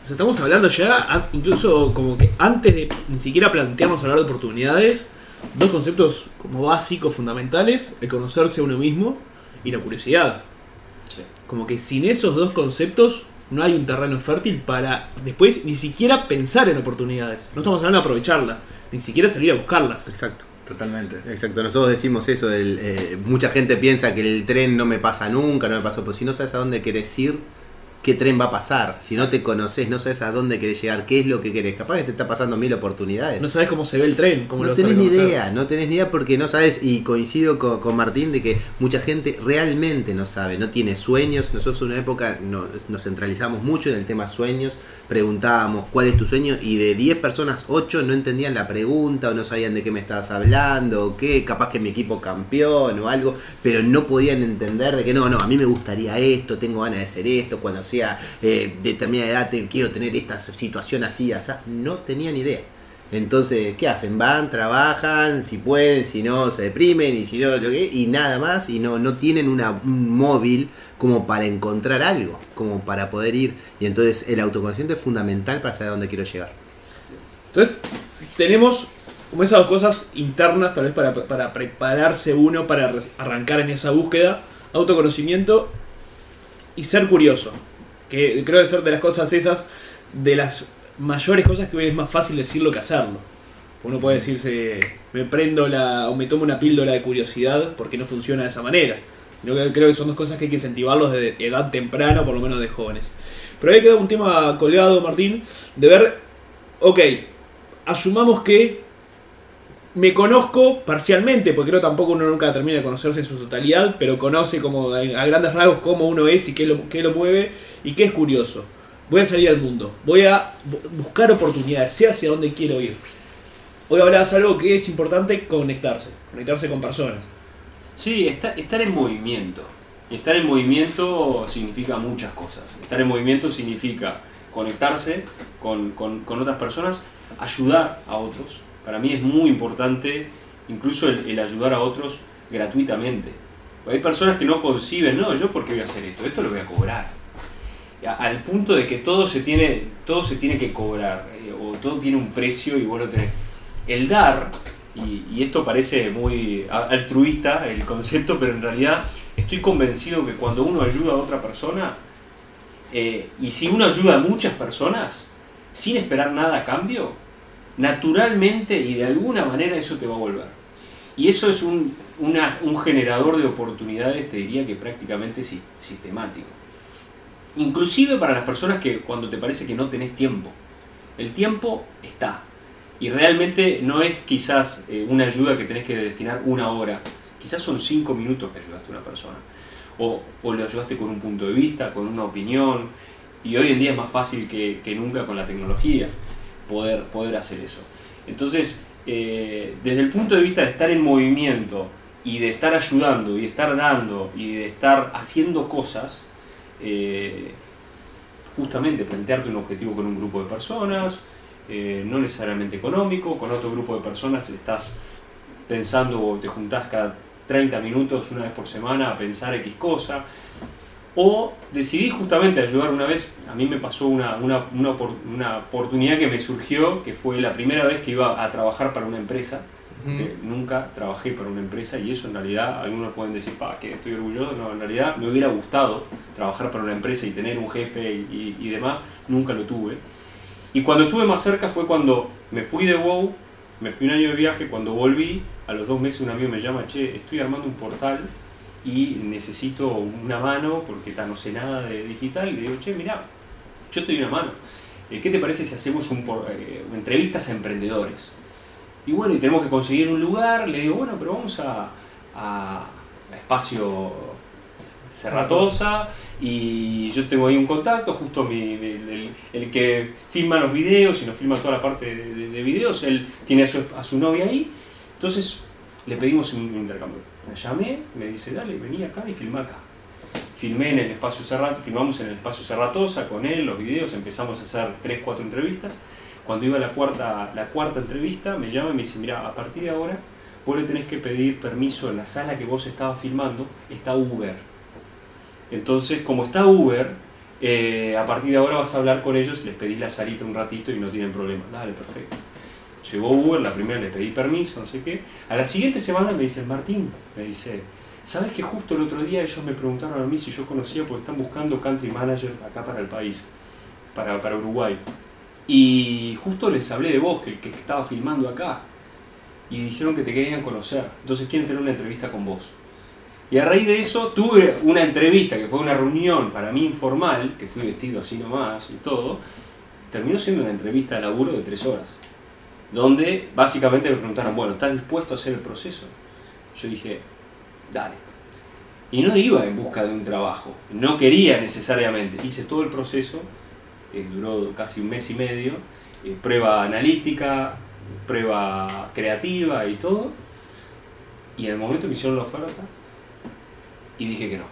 O sea, estamos hablando ya, incluso como que antes de ni siquiera plantearnos hablar de oportunidades, dos conceptos como básicos, fundamentales: el conocerse a uno mismo y la curiosidad. Sí. Como que sin esos dos conceptos no hay un terreno fértil para después ni siquiera pensar en oportunidades. No estamos hablando de aprovecharlas, ni siquiera salir a buscarlas. Exacto. Totalmente. Exacto, nosotros decimos eso, mucha gente piensa que el tren no me pasa nunca, no me pasó, pues si no sabes a dónde querés ir, ¿qué tren va a pasar? Si no te conoces, no sabes a dónde querés llegar, qué es lo que querés, capaz que te está pasando 1000 oportunidades. No sabes cómo se ve el tren, cómo no lo tenés vas a ni reconocer. idea, no tenés ni idea porque no sabes, y coincido con Martín de que mucha gente realmente no sabe, no tiene sueños. Nosotros en una época nos centralizamos mucho en el tema sueños, preguntábamos cuál es tu sueño y de 10 personas 8 no entendían la pregunta o no sabían de qué me estabas hablando o qué, capaz que mi equipo campeón o algo, pero no podían entender de que no, a mí me gustaría esto, tengo ganas de hacer esto, cuando sea determinada edad quiero tener esta situación así, no tenían idea. Entonces, ¿qué hacen? Van, trabajan, si pueden, si no, se deprimen, y si no, y nada más, y no tienen un móvil como para encontrar algo, como para poder ir. Y entonces el autoconsciente es fundamental para saber a dónde quiero llegar. Entonces, tenemos como esas dos cosas internas, tal vez para prepararse uno, para arrancar en esa búsqueda: autoconocimiento y ser curioso. Que creo que ser de las cosas esas, de las mayores cosas que hoy es más fácil decirlo que hacerlo. Uno puede decirse, me prendo o me tomo una píldora de curiosidad porque no funciona de esa manera. Yo creo que son dos cosas que hay que incentivarlos de edad temprana, por lo menos de jóvenes. Pero ahí queda un tema colgado, Martín, de ver, ok, asumamos que me conozco parcialmente, porque creo que tampoco uno nunca termina de conocerse en su totalidad, pero conoce como a grandes rasgos cómo uno es y qué lo mueve y qué es curioso. Voy a salir al mundo, voy a buscar oportunidades, sé hacia dónde quiero ir. Hoy hablabas algo que es importante: conectarse con personas. Sí, estar en movimiento. Y estar en movimiento significa muchas cosas. Estar en movimiento significa conectarse con otras personas, ayudar a otros. Para mí es muy importante incluso el ayudar a otros gratuitamente. Hay personas que no conciben, no, yo por qué voy a hacer esto lo voy a cobrar. Al punto de que todo se tiene que cobrar, o todo tiene un precio y vos lo tenés. El dar, y esto parece muy altruista el concepto, pero en realidad estoy convencido que cuando uno ayuda a otra persona, y si uno ayuda a muchas personas, sin esperar nada a cambio, naturalmente y de alguna manera eso te va a volver. Y eso es un generador de oportunidades, te diría que prácticamente sistemático. Inclusive para las personas que cuando te parece que no tenés tiempo. El tiempo está. Y realmente no es quizás una ayuda que tenés que destinar 1 hora. Quizás son 5 minutos que ayudaste a una persona. O lo ayudaste con un punto de vista, con una opinión. Y hoy en día es más fácil que nunca con la tecnología poder hacer eso. Entonces, desde el punto de vista de estar en movimiento y de estar ayudando y de estar dando y de estar haciendo cosas, justamente plantearte un objetivo con un grupo de personas, no necesariamente económico, con otro grupo de personas estás pensando o te juntás cada 30 minutos una vez por semana a pensar X cosa, o decidí justamente ayudar una vez. A mí me pasó una oportunidad que me surgió, que fue la primera vez que iba a trabajar para una empresa. Que nunca trabajé para una empresa, y eso en realidad algunos pueden decir, que estoy orgulloso. No, en realidad me hubiera gustado trabajar para una empresa y tener un jefe y demás. Nunca lo tuve. Y cuando estuve más cerca fue cuando me fui de WoW, me fui un año de viaje. Cuando volví, a los 2 meses un amigo me llama: che, estoy armando un portal y necesito una mano porque no sé nada de digital. Y le digo: che, mirá, yo te doy una mano. ¿Qué te parece si hacemos entrevistas a emprendedores? Y bueno, y tenemos que conseguir un lugar. Le digo: bueno, pero vamos a Espacio Serratosa, y yo tengo ahí un contacto, justo el que filma los videos y nos filma toda la parte de videos, él tiene a su novia ahí. Entonces le pedimos un intercambio. La llamé, me dice: dale, vení acá y filmá acá. Filmé en el Espacio Serratosa, filmamos en el Espacio Serratosa con él los videos, empezamos a hacer 3-4 entrevistas. Cuando iba a la cuarta entrevista, me llama y me dice: mira, a partir de ahora vos le tenés que pedir permiso en la sala que vos estabas filmando, está Uber. Entonces, como está Uber, A partir de ahora vas a hablar con ellos, les pedís la salita un ratito y no tienen problema. Dale, perfecto. Llegó Uber, la primera le pedí permiso, no sé qué. A la siguiente semana me dice, Martín, me dice, ¿sabes que justo el otro día ellos me preguntaron a mí si yo conocía porque están buscando country manager acá para el país, para Uruguay? Y justo les hablé de vos, que estaba filmando acá. Y dijeron que te querían conocer. Entonces quieren tener una entrevista con vos. Y a raíz de eso tuve una entrevista, que fue una reunión para mí informal, que fui vestido así nomás y todo. Terminó siendo una entrevista de laburo de 3 horas. Donde básicamente me preguntaron, bueno, ¿estás dispuesto a hacer el proceso? Yo dije, dale. Y no iba en busca de un trabajo. No quería necesariamente. Hice todo el proceso. Duró casi 1 mes y medio. Prueba analítica, prueba creativa y todo. Y en el momento me hicieron la oferta. Y dije que no.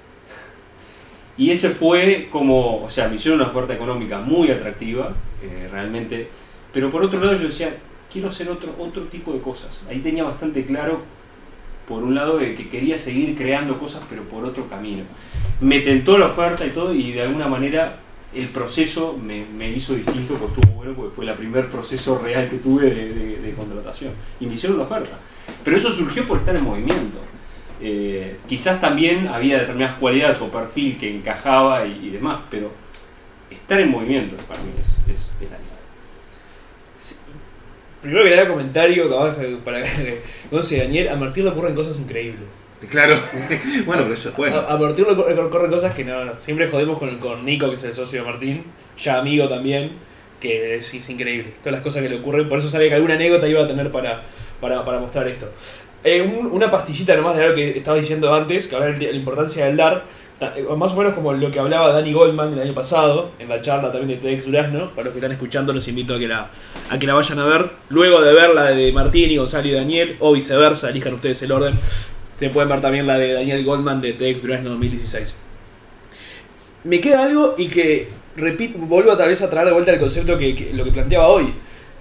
Y ese fue como, o sea, me hicieron una oferta económica muy atractiva, realmente. Pero por otro lado yo decía, quiero hacer otro tipo de cosas. Ahí tenía bastante claro, por un lado, que quería seguir creando cosas, pero por otro camino. Me tentó la oferta y todo, y de alguna manera el proceso me hizo distinto, porque estuvo bueno, porque fue el primer proceso real que tuve de contratación. Y me hicieron la oferta. Pero eso surgió por estar en movimiento. Quizás también había determinadas cualidades o perfil que encajaba y demás, pero estar en movimiento para mí es la clave. Sí. Primero que nada, comentario para Gonce y Daniel, a Martín le ocurren cosas increíbles. Claro, bueno, pero eso es bueno. A Martín le ocurren cosas que no. Siempre jodemos con Nico, que es el socio de Martín, ya amigo también, que es increíble. Todas las cosas que le ocurren, por eso sabía que alguna anécdota iba a tener para mostrar esto. Una pastillita nomás de algo que estaba diciendo antes, que hablaba de la importancia del dar, más o menos como lo que hablaba Dani Goldman el año pasado, en la charla también de TEDx Durazno. Para los que están escuchando, los invito a que la vayan a ver. Luego de ver la de Martín y Gonzalo y Daniel, o viceversa, elijan ustedes el orden. Se pueden ver también la de Daniel Goldman de TEDx Durazno 2016. Me queda algo y que, repito, vuelvo tal vez a traer de vuelta el concepto que lo que planteaba hoy.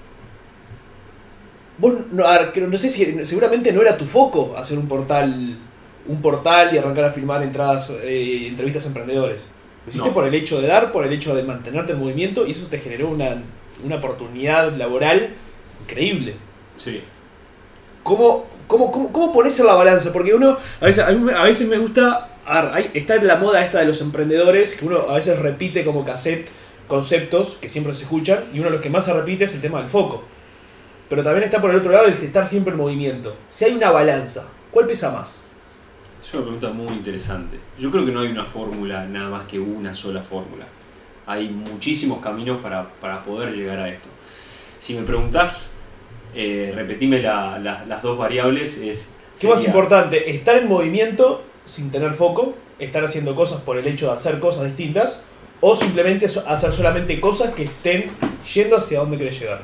Vos, no sé si seguramente no era tu foco hacer un portal y arrancar a filmar entrevistas a emprendedores. Lo hiciste por el hecho de dar, por el hecho de mantenerte en movimiento, y eso te generó una oportunidad laboral increíble. Sí. ¿Cómo pones en la balanza? Porque uno, a veces me gusta, está en la moda esta de los emprendedores, que uno a veces repite como cassette conceptos que siempre se escuchan, y uno de los que más se repite es el tema del foco. Pero también está por el otro lado el de estar siempre en movimiento. Si hay una balanza, ¿cuál pesa más? Es una pregunta muy interesante. Yo creo que no hay una fórmula, nada más que una sola fórmula. Hay muchísimos caminos para poder llegar a esto. Si me preguntás, repetime las dos variables. ¿Qué más importante? ¿Estar en movimiento sin tener foco? ¿Estar haciendo cosas por el hecho de hacer cosas distintas? ¿O simplemente hacer solamente cosas que estén yendo hacia donde querés llegar?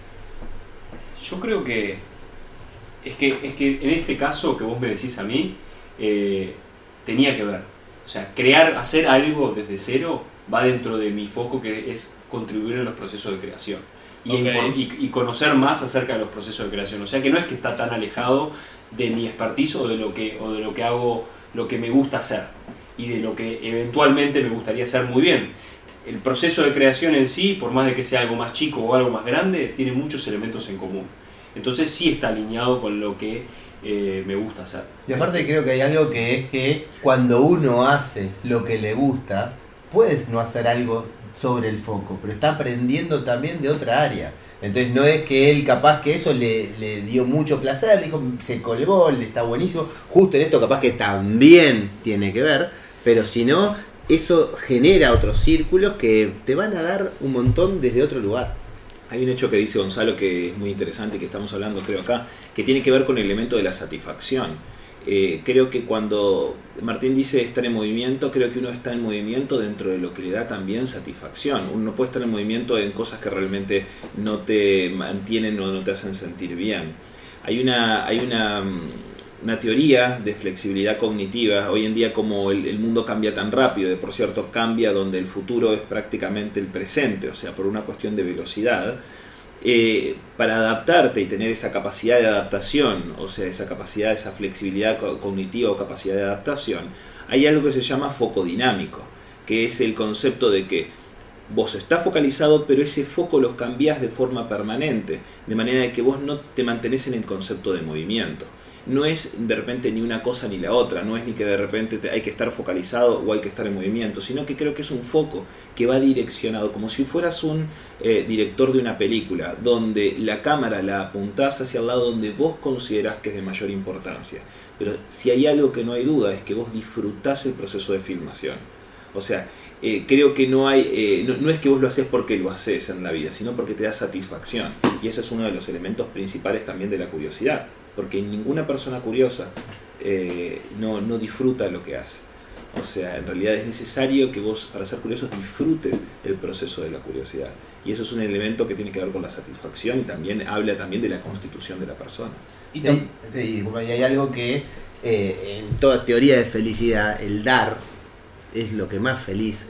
Yo creo que es que en este caso que vos me decís a mí, tenía que ver. O sea, hacer algo desde cero va dentro de mi foco, que es contribuir en los procesos de creación. Y conocer más acerca de los procesos de creación. O sea que no es que está tan alejado de mi expertise o de lo que hago, lo que me gusta hacer y de lo que eventualmente me gustaría hacer muy bien. El proceso de creación en sí, por más de que sea algo más chico o algo más grande, tiene muchos elementos en común. Entonces sí está alineado con lo que me gusta hacer. Y aparte creo que hay algo que es que cuando uno hace lo que le gusta, puedes no hacer algo sobre el foco, pero está aprendiendo también de otra área. Entonces no es que él capaz que eso le dio mucho placer, dijo, se colgó, le está buenísimo. Justo en esto capaz que también tiene que ver, pero si no, eso genera otros círculos que te van a dar un montón desde otro lugar. Hay un hecho que dice Gonzalo que es muy interesante, que estamos hablando creo acá, que tiene que ver con el elemento de la satisfacción. Creo que cuando Martín dice estar en movimiento, creo que uno está en movimiento dentro de lo que le da también satisfacción. Uno puede estar en movimiento en cosas que realmente no te mantienen o no te hacen sentir bien. Hay una teoría de flexibilidad cognitiva. Hoy en día, como el mundo cambia tan rápido, por cierto cambia donde el futuro es prácticamente el presente, o sea, por una cuestión de velocidad, para adaptarte y tener esa capacidad de adaptación, o sea, esa flexibilidad cognitiva o capacidad de adaptación, hay algo que se llama foco dinámico, que es el concepto de que vos estás focalizado, pero ese foco los cambiás de forma permanente, de manera de que vos no te mantenés en el concepto de movimiento. No es de repente ni una cosa ni la otra, no es ni que de repente hay que estar focalizado o hay que estar en movimiento, sino que creo que es un foco que va direccionado, como si fueras un director de una película, donde la cámara la apuntás hacia el lado donde vos considerás que es de mayor importancia. Pero si hay algo que no hay duda es que vos disfrutás el proceso de filmación. O sea, creo que no hay no es que vos lo haces porque lo haces en la vida, sino porque te da satisfacción. Y ese es uno de los elementos principales también de la curiosidad. Porque ninguna persona curiosa no disfruta lo que hace. O sea, en realidad es necesario que vos, para ser curiosos, disfrutes el proceso de la curiosidad. Y eso es un elemento que tiene que ver con la satisfacción y también habla también de la constitución de la persona. Sí, y hay algo que en toda teoría de felicidad, el dar es lo que más feliz,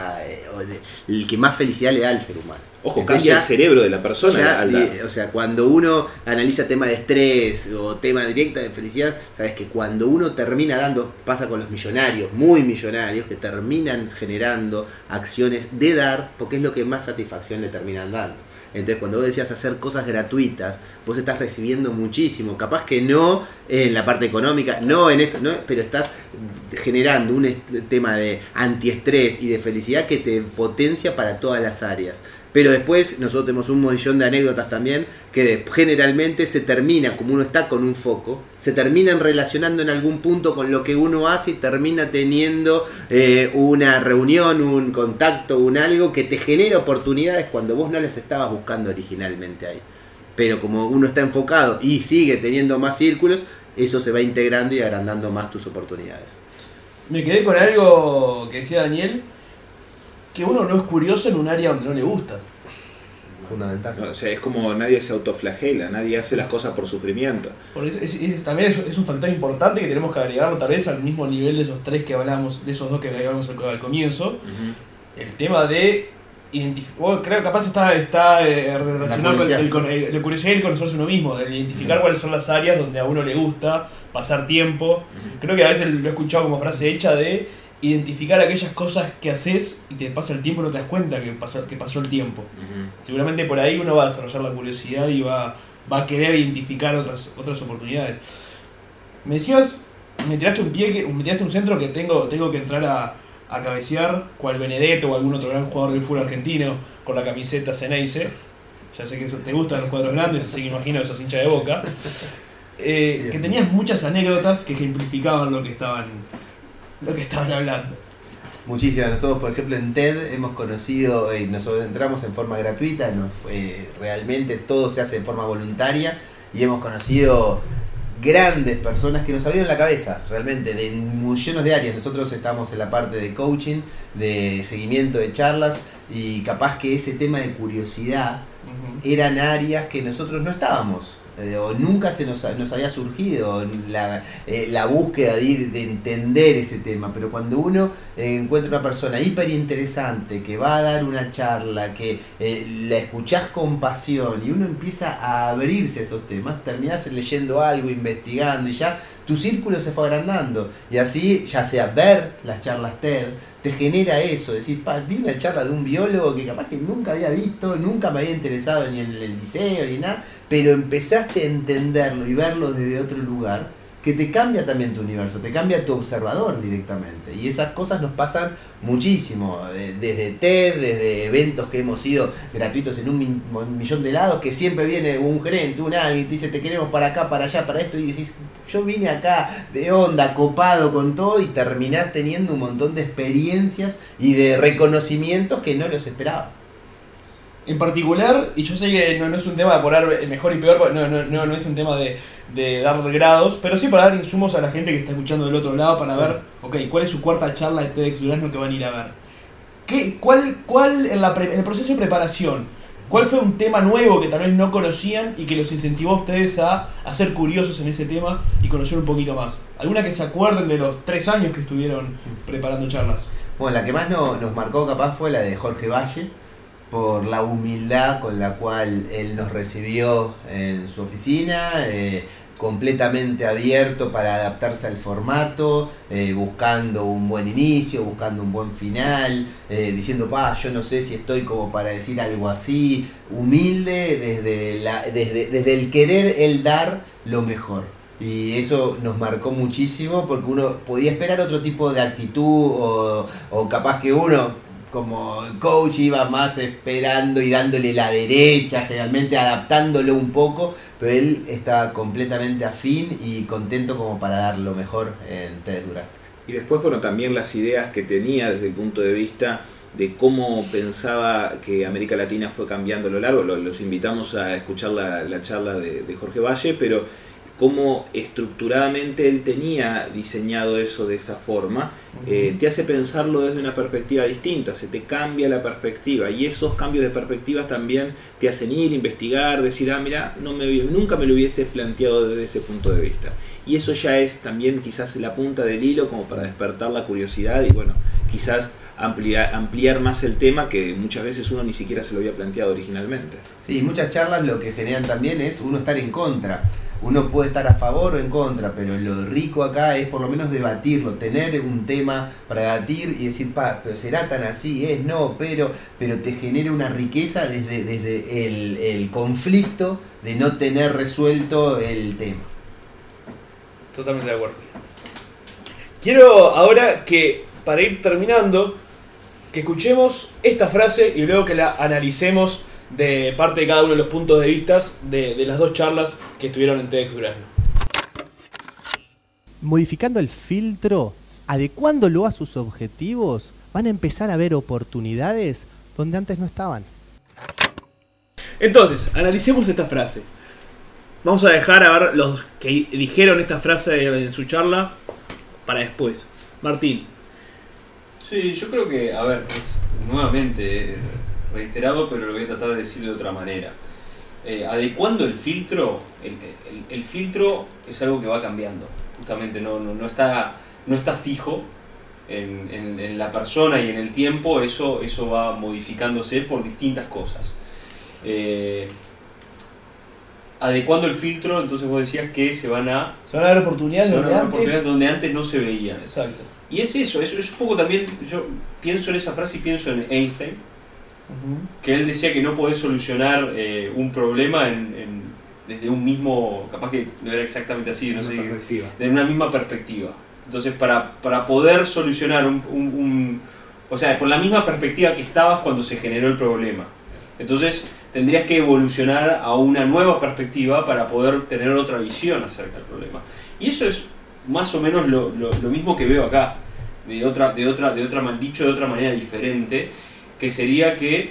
el que más felicidad le da al ser humano. Ojo, cambia el cerebro de la persona al dar. O sea, cuando uno analiza tema de estrés o tema directa de felicidad, sabes que cuando uno termina dando, pasa con los millonarios, muy millonarios, que terminan generando acciones de dar, porque es lo que más satisfacción le terminan dando. Entonces, cuando vos decías hacer cosas gratuitas, vos estás recibiendo muchísimo. Capaz que no en la parte económica, no en esto, no, pero estás generando un tema de antiestrés y de felicidad que te potencia para todas las áreas. Pero después nosotros tenemos un millón de anécdotas también que generalmente se termina, como uno está con un foco, se terminan relacionando en algún punto con lo que uno hace y termina teniendo una reunión, un contacto, un algo que te genera oportunidades cuando vos no las estabas buscando originalmente ahí. Pero como uno está enfocado y sigue teniendo más círculos, eso se va integrando y agrandando más tus oportunidades. Me quedé con algo que decía Daniel, que uno no es curioso en un área donde no le gusta. Fundamental. O sea, es como nadie se autoflagela, nadie hace las cosas por sufrimiento. Por eso también es un factor importante que tenemos que agregarlo tal vez al mismo nivel de esos tres que hablábamos, de esos dos que hablábamos al comienzo. Uh-huh. El tema de identificar, creo que capaz está relacionado con la curiosidad y el conocerse uno mismo, de identificar cuáles son las áreas donde a uno le gusta pasar tiempo. Uh-huh. Creo que a veces lo he escuchado como frase hecha de identificar aquellas cosas que haces y te pasa el tiempo y no te das cuenta que pasó el tiempo. Uh-huh. Seguramente por ahí uno va a desarrollar la curiosidad y va a querer identificar otras oportunidades. Me decías, me tiraste un centro que tengo que entrar a cabecear, cual Benedetto o algún otro gran jugador del fútbol argentino con la camiseta Ceneice. Ya sé que te gustan los cuadros grandes, así que imagino que sos hincha de Boca. Que tenías muchas anécdotas que ejemplificaban lo que estaban hablando. Muchísimas. Nosotros, por ejemplo, en TED hemos conocido, nosotros entramos en forma gratuita, realmente todo se hace en forma voluntaria y hemos conocido grandes personas que nos abrieron la cabeza, realmente, de millones de áreas. Nosotros estamos en la parte de coaching, de seguimiento de charlas y capaz que ese tema de curiosidad eran áreas que nosotros no estábamos. O nunca se nos había surgido la búsqueda de entender ese tema, pero cuando uno encuentra una persona hiper interesante que va a dar una charla, que la escuchás con pasión y uno empieza a abrirse a esos temas, terminás leyendo algo, investigando y ya tu círculo se fue agrandando y así, ya sea ver las charlas TED, te genera eso, decir, vi una charla de un biólogo que capaz que nunca había visto, nunca me había interesado ni en el diseño ni nada, pero empezaste a entenderlo y verlo desde otro lugar, que te cambia también tu universo, te cambia tu observador directamente. Y esas cosas nos pasan muchísimo, desde TED, desde eventos que hemos ido gratuitos en un millón de lados, que siempre viene un gerente, alguien y te dice, te queremos para acá, para allá, para esto, y decís, yo vine acá de onda, copado con todo, y terminás teniendo un montón de experiencias y de reconocimientos que no los esperabas. En particular, y yo sé que no es un tema de poner mejor y peor, no es un tema de dar grados, pero sí para dar insumos a la gente que está escuchando del otro lado para ver, ¿cuál es su cuarta charla de TEDx Durazno que van a ir a ver? ¿Cuál en el proceso de preparación, cuál fue un tema nuevo que tal vez no conocían y que los incentivó a ustedes a ser curiosos en ese tema y conocer un poquito más? ¿Alguna que se acuerden de los 3 años que estuvieron preparando charlas? Bueno, la que más nos marcó capaz fue la de Jorge Valle, por la humildad con la cual él nos recibió en su oficina, completamente abierto para adaptarse al formato, buscando un buen inicio, buscando un buen final, diciendo, yo no sé si estoy como para decir algo así, humilde desde el querer el dar lo mejor. Y eso nos marcó muchísimo porque uno podía esperar otro tipo de actitud o capaz que uno como coach iba más esperando y dándole la derecha, generalmente adaptándolo un poco, pero él estaba completamente afín y contento como para dar lo mejor en TEDx Durazno. Y después, bueno, también las ideas que tenía desde el punto de vista de cómo pensaba que América Latina fue cambiando a lo largo. Los invitamos a escuchar la charla de Jorge Valle, pero cómo estructuradamente él tenía diseñado eso de esa forma, te hace pensarlo desde una perspectiva distinta, se te cambia la perspectiva, y esos cambios de perspectiva también te hacen ir, investigar, decir, mira, nunca me lo hubiese planteado desde ese punto de vista. Y eso ya es también quizás la punta del hilo como para despertar la curiosidad y bueno, quizás ampliar más el tema que muchas veces uno ni siquiera se lo había planteado originalmente. Sí, muchas charlas lo que generan también es uno estar en contra. Uno puede estar a favor o en contra, pero lo rico acá es por lo menos debatirlo, tener un tema para debatir y decir, pero será tan así, pero te genera una riqueza desde el conflicto de no tener resuelto el tema. Totalmente de acuerdo. Quiero ahora que, para ir terminando, que escuchemos esta frase y luego que la analicemos de parte de cada uno de los puntos de vista de las dos charlas que estuvieron en TEDx Durazno. Modificando el filtro, adecuándolo a sus objetivos, van a empezar a ver oportunidades donde antes no estaban. Entonces, analicemos esta frase. Vamos a dejar a ver los que dijeron esta frase en su charla para después. Martín. Sí, yo creo que, es nuevamente reiterado, pero lo voy a tratar de decir de otra manera. Adecuando el filtro, el filtro es algo que va cambiando. Justamente no está fijo en la persona y en el tiempo, eso va modificándose por distintas cosas. Adecuando el filtro, entonces vos decías que se van a ver oportunidades donde antes no se veían. Exacto. Y es eso, es un poco también, yo pienso en esa frase y pienso en Einstein, que él decía que no podés solucionar un problema desde un mismo, capaz que no era exactamente así, no sé, de una misma perspectiva. Entonces para poder solucionar o sea, por la misma perspectiva que estabas cuando se generó el problema. Entonces tendrías que evolucionar a una nueva perspectiva para poder tener otra visión acerca del problema. Y eso es más o menos lo mismo que veo acá, dicho de otra manera diferente, que sería que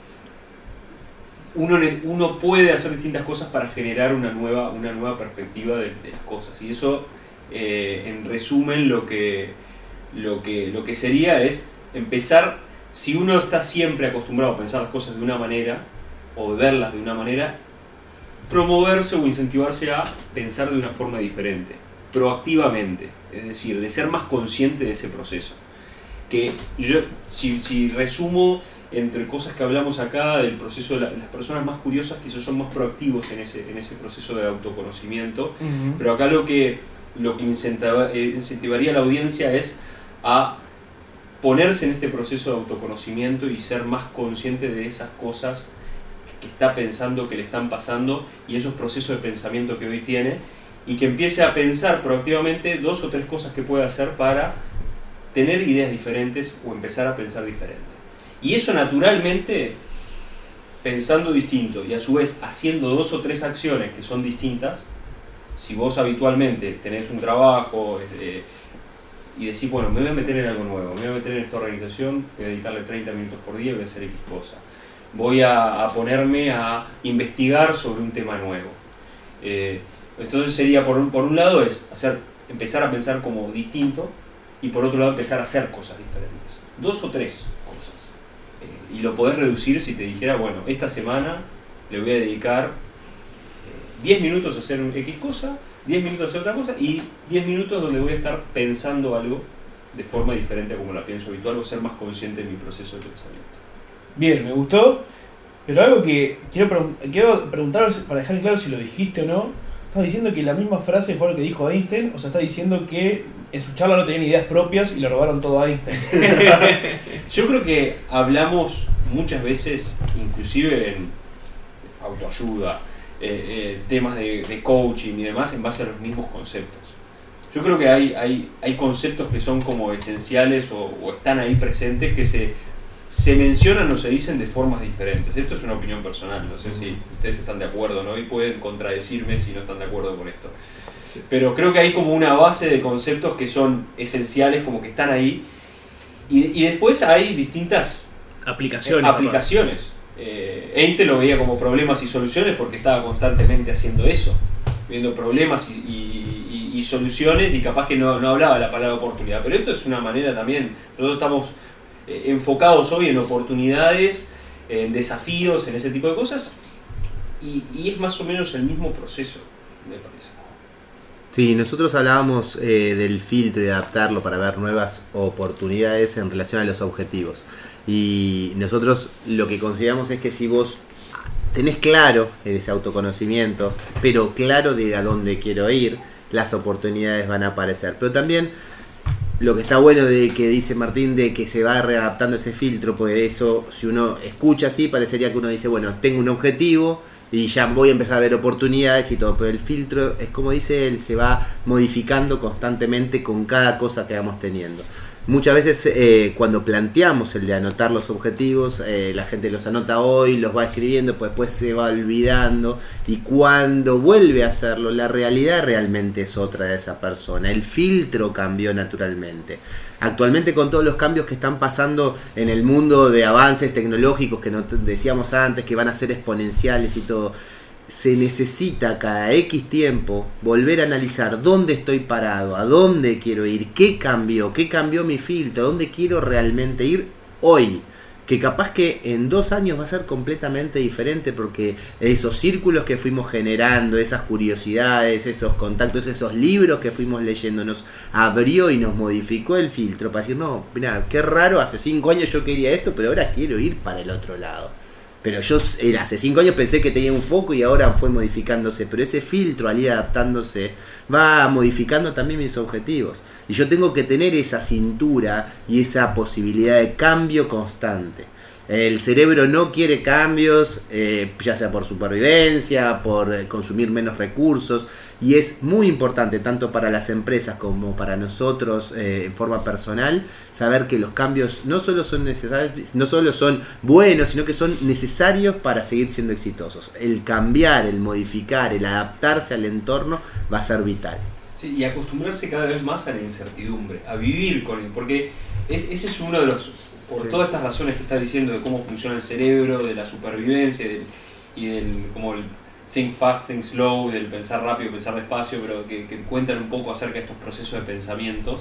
uno puede hacer distintas cosas para generar una nueva perspectiva de las cosas. Y eso, en resumen, lo que sería es empezar, si uno está siempre acostumbrado a pensar las cosas de una manera, o verlas de una manera, promoverse o incentivarse a pensar de una forma diferente, proactivamente, es decir, de ser más consciente de ese proceso. Que yo, si resumo entre cosas que hablamos acá del proceso de las personas más curiosas, quizás son más proactivos en ese proceso de autoconocimiento, pero acá lo que incentivaría a la audiencia es a ponerse en este proceso de autoconocimiento y ser más consciente de esas cosas que está pensando, que le están pasando, y esos procesos de pensamiento que hoy tiene, y que empiece a pensar proactivamente 2 o 3 cosas que puede hacer para tener ideas diferentes o empezar a pensar diferente. Y eso naturalmente, pensando distinto y a su vez haciendo 2 o 3 acciones que son distintas, si vos habitualmente tenés un trabajo y decís, bueno, me voy a meter en algo nuevo, me voy a meter en esta organización, voy a dedicarle 30 minutos por día y voy a hacer X cosa. Voy a ponerme a investigar sobre un tema nuevo. Entonces sería, por un lado, es empezar a pensar como distinto, y por otro lado empezar a hacer cosas diferentes. 2 o 3 cosas. Y lo podés reducir si te dijera, bueno, esta semana le voy a dedicar 10 minutos a hacer X cosa, 10 minutos a hacer otra cosa, y 10 minutos donde voy a estar pensando algo de forma diferente a como la pienso habitual, o ser más consciente de mi proceso de pensamiento. Bien, me gustó, pero algo que quiero preguntar para dejar en claro si lo dijiste o no. ¿Estás diciendo que la misma frase fue lo que dijo Einstein? O sea, estás diciendo que en su charla no tenían ideas propias y le robaron todo a Einstein. Yo creo que hablamos muchas veces, inclusive en autoayuda, temas de coaching y demás, en base a los mismos conceptos. Yo creo que hay conceptos que son como esenciales o están ahí presentes que se mencionan o se dicen de formas diferentes. Esto es una opinión personal, no sé si ustedes están de acuerdo, ¿no? Y pueden contradecirme si no están de acuerdo con esto. Sí. Pero creo que hay como una base de conceptos que son esenciales, como que están ahí. Y después hay distintas aplicaciones. Einstein lo veía como problemas y soluciones porque estaba constantemente haciendo eso, viendo problemas y soluciones, y capaz que no hablaba la palabra oportunidad. Pero esto es una manera también, nosotros estamos enfocados hoy en oportunidades, en desafíos, en ese tipo de cosas, y es más o menos el mismo proceso, me parece. Sí, nosotros hablábamos del filtro y de adaptarlo para ver nuevas oportunidades en relación a los objetivos. Y nosotros lo que consideramos es que si vos tenés claro ese autoconocimiento, pero claro de a dónde quiero ir, las oportunidades van a aparecer. Pero también lo que está bueno de que dice Martín, de que se va readaptando ese filtro, porque eso, si uno escucha así, parecería que uno dice, bueno, tengo un objetivo y ya voy a empezar a ver oportunidades y todo, pero el filtro, es como dice él, se va modificando constantemente con cada cosa que vamos teniendo. Muchas veces cuando planteamos el de anotar los objetivos, la gente los anota hoy, los va escribiendo, pues después se va olvidando, y cuando vuelve a hacerlo, la realidad realmente es otra de esa persona. El filtro cambió naturalmente. Actualmente, con todos los cambios que están pasando en el mundo de avances tecnológicos que decíamos antes, que van a ser exponenciales y todo, se necesita cada X tiempo volver a analizar dónde estoy parado, a dónde quiero ir, qué cambió mi filtro, dónde quiero realmente ir hoy, que capaz que en 2 años va a ser completamente diferente, porque esos círculos que fuimos generando, esas curiosidades, esos contactos, esos libros que fuimos leyendo, nos abrió y nos modificó el filtro para decir, no, mirá, qué raro, hace 5 años yo quería esto, pero ahora quiero ir para el otro lado. Pero yo hace 5 años pensé que tenía un foco y ahora fue modificándose. Pero ese filtro, al ir adaptándose, va modificando también mis objetivos. Y yo tengo que tener esa cintura y esa posibilidad de cambio constante. El cerebro no quiere cambios, ya sea por supervivencia, por consumir menos recursos. Y es muy importante, tanto para las empresas como para nosotros en forma personal, saber que los cambios no solo son necesarios, no solo son buenos, sino que son necesarios para seguir siendo exitosos. El cambiar, el modificar, el adaptarse al entorno va a ser vital. Sí, y acostumbrarse cada vez más a la incertidumbre, a vivir con él, porque ese es uno de los, por todas estas razones que está diciendo de cómo funciona el cerebro, de la supervivencia y del como el think fast, think slow, del pensar rápido, pensar despacio, pero que cuentan un poco acerca de estos procesos de pensamientos.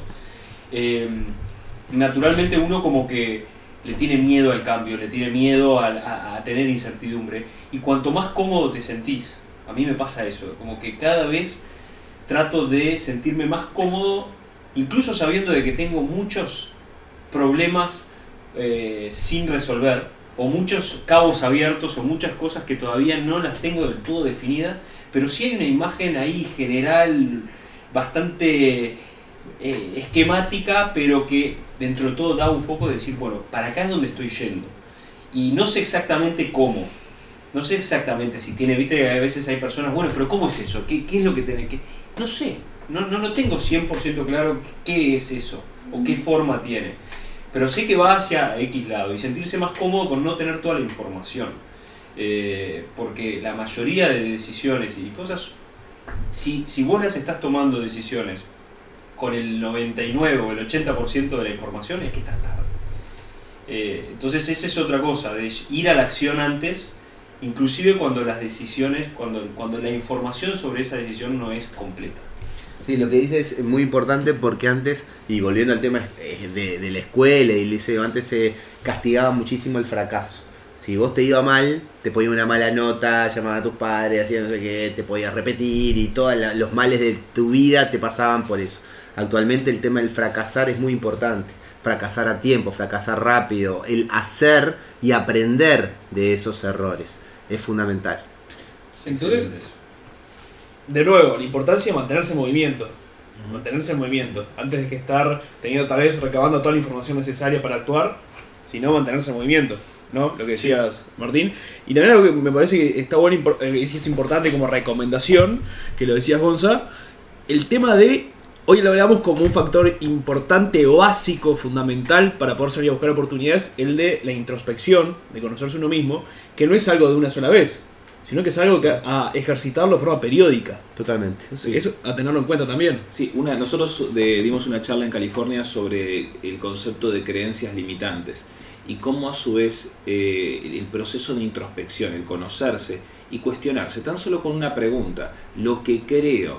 Naturalmente uno como que le tiene miedo al cambio, le tiene miedo a tener incertidumbre, y cuanto más cómodo te sentís, a mí me pasa eso, como que cada vez trato de sentirme más cómodo, incluso sabiendo de que tengo muchos problemas sin resolver, o muchos cabos abiertos, o muchas cosas que todavía no las tengo del todo definidas, pero sí hay una imagen ahí general bastante esquemática, pero que dentro de todo da un foco de decir, bueno, para acá es donde estoy yendo, y no sé exactamente cómo, no sé exactamente si tiene, viste que a veces hay personas, bueno, pero ¿cómo es eso? ¿Qué es lo que tiene que...? No sé, no tengo 100% claro qué es eso, o qué forma tiene. Pero sé que va hacia X lado, y sentirse más cómodo con no tener toda la información. Porque la mayoría de decisiones y cosas, si vos las estás tomando decisiones con el 99 o el 80% de la información, es que estás tarde. Entonces esa es otra cosa, de ir a la acción antes, inclusive cuando las decisiones, cuando la información sobre esa decisión no es completa. Sí, lo que dice es muy importante, porque antes, y volviendo al tema de la escuela y el liceo, antes se castigaba muchísimo el fracaso. Si vos te iba mal, te ponían una mala nota, llamaban a tus padres, hacían no sé qué, te podías repetir, y todos los males de tu vida te pasaban por eso. Actualmente el tema del fracasar es muy importante. Fracasar a tiempo, fracasar rápido, el hacer y aprender de esos errores es fundamental. Entonces, de nuevo, la importancia de mantenerse en movimiento. Mantenerse en movimiento. Antes de que estar teniendo tal vez recabando toda la información necesaria para actuar, sino mantenerse en movimiento, ¿no? Lo que decías, Martín. Y también algo que me parece que está bueno y es importante como recomendación, que lo decías, Gonza, el tema de, hoy lo hablamos como un factor importante, básico, fundamental para poder salir a buscar oportunidades, el de la introspección, de conocerse uno mismo, que no es algo de una sola vez, sino que es algo que a ejercitarlo de forma periódica. Totalmente. Entonces, eso a tenerlo en cuenta también. Sí, nosotros dimos una charla en California sobre el concepto de creencias limitantes y cómo a su vez el proceso de introspección, el conocerse y cuestionarse, tan solo con una pregunta, ¿lo que creo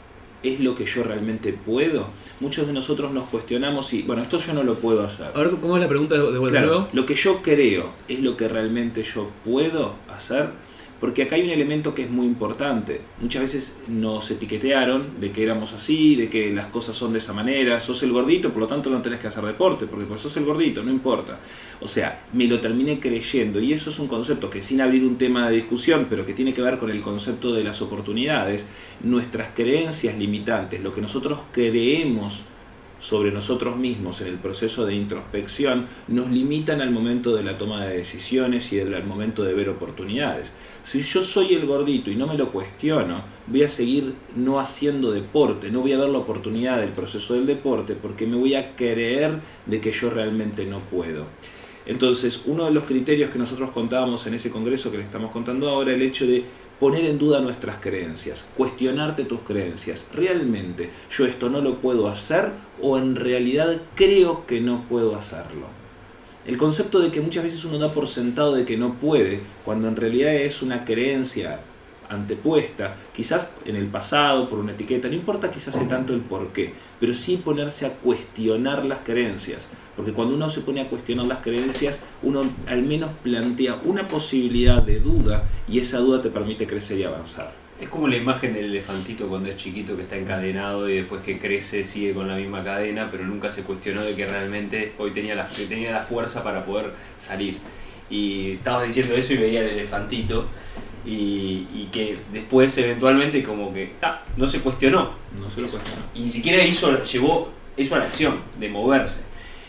es lo que yo realmente puedo? Muchos de nosotros nos cuestionamos y, bueno, esto yo no lo puedo hacer. A ver, ¿cómo es la pregunta de vuelta? Claro, lo que yo creo es lo que realmente yo puedo hacer. Porque acá hay un elemento que es muy importante. Muchas veces nos etiquetearon de que éramos así, de que las cosas son de esa manera. Sos el gordito, por lo tanto no tenés que hacer deporte, porque pues sos el gordito, no importa. O sea, me lo terminé creyendo. Y eso es un concepto que, sin abrir un tema de discusión, pero que tiene que ver con el concepto de las oportunidades, nuestras creencias limitantes, lo que nosotros creemos sobre nosotros mismos en el proceso de introspección, nos limitan al momento de la toma de decisiones y al momento de ver oportunidades. Si yo soy el gordito y no me lo cuestiono, voy a seguir no haciendo deporte, no voy a ver la oportunidad del proceso del deporte porque me voy a creer de que yo realmente no puedo. Entonces, uno de los criterios que nosotros contábamos en ese congreso que le estamos contando ahora, el hecho de poner en duda nuestras creencias, cuestionarte tus creencias. ¿Realmente yo esto no lo puedo hacer o en realidad creo que no puedo hacerlo? El concepto de que muchas veces uno da por sentado de que no puede, cuando en realidad es una creencia antepuesta, quizás en el pasado, por una etiqueta, no importa quizás tanto el por qué, pero sí ponerse a cuestionar las creencias, porque cuando uno se pone a cuestionar las creencias, uno al menos plantea una posibilidad de duda y esa duda te permite crecer y avanzar. Es como la imagen del elefantito cuando es chiquito que está encadenado y después que crece sigue con la misma cadena, pero nunca se cuestionó de que realmente hoy tenía la fuerza para poder salir. Y estabas diciendo eso y veía el elefantito y que después eventualmente como que no se cuestionó. No se lo cuestionó. Y ni siquiera llevó eso a la acción de moverse.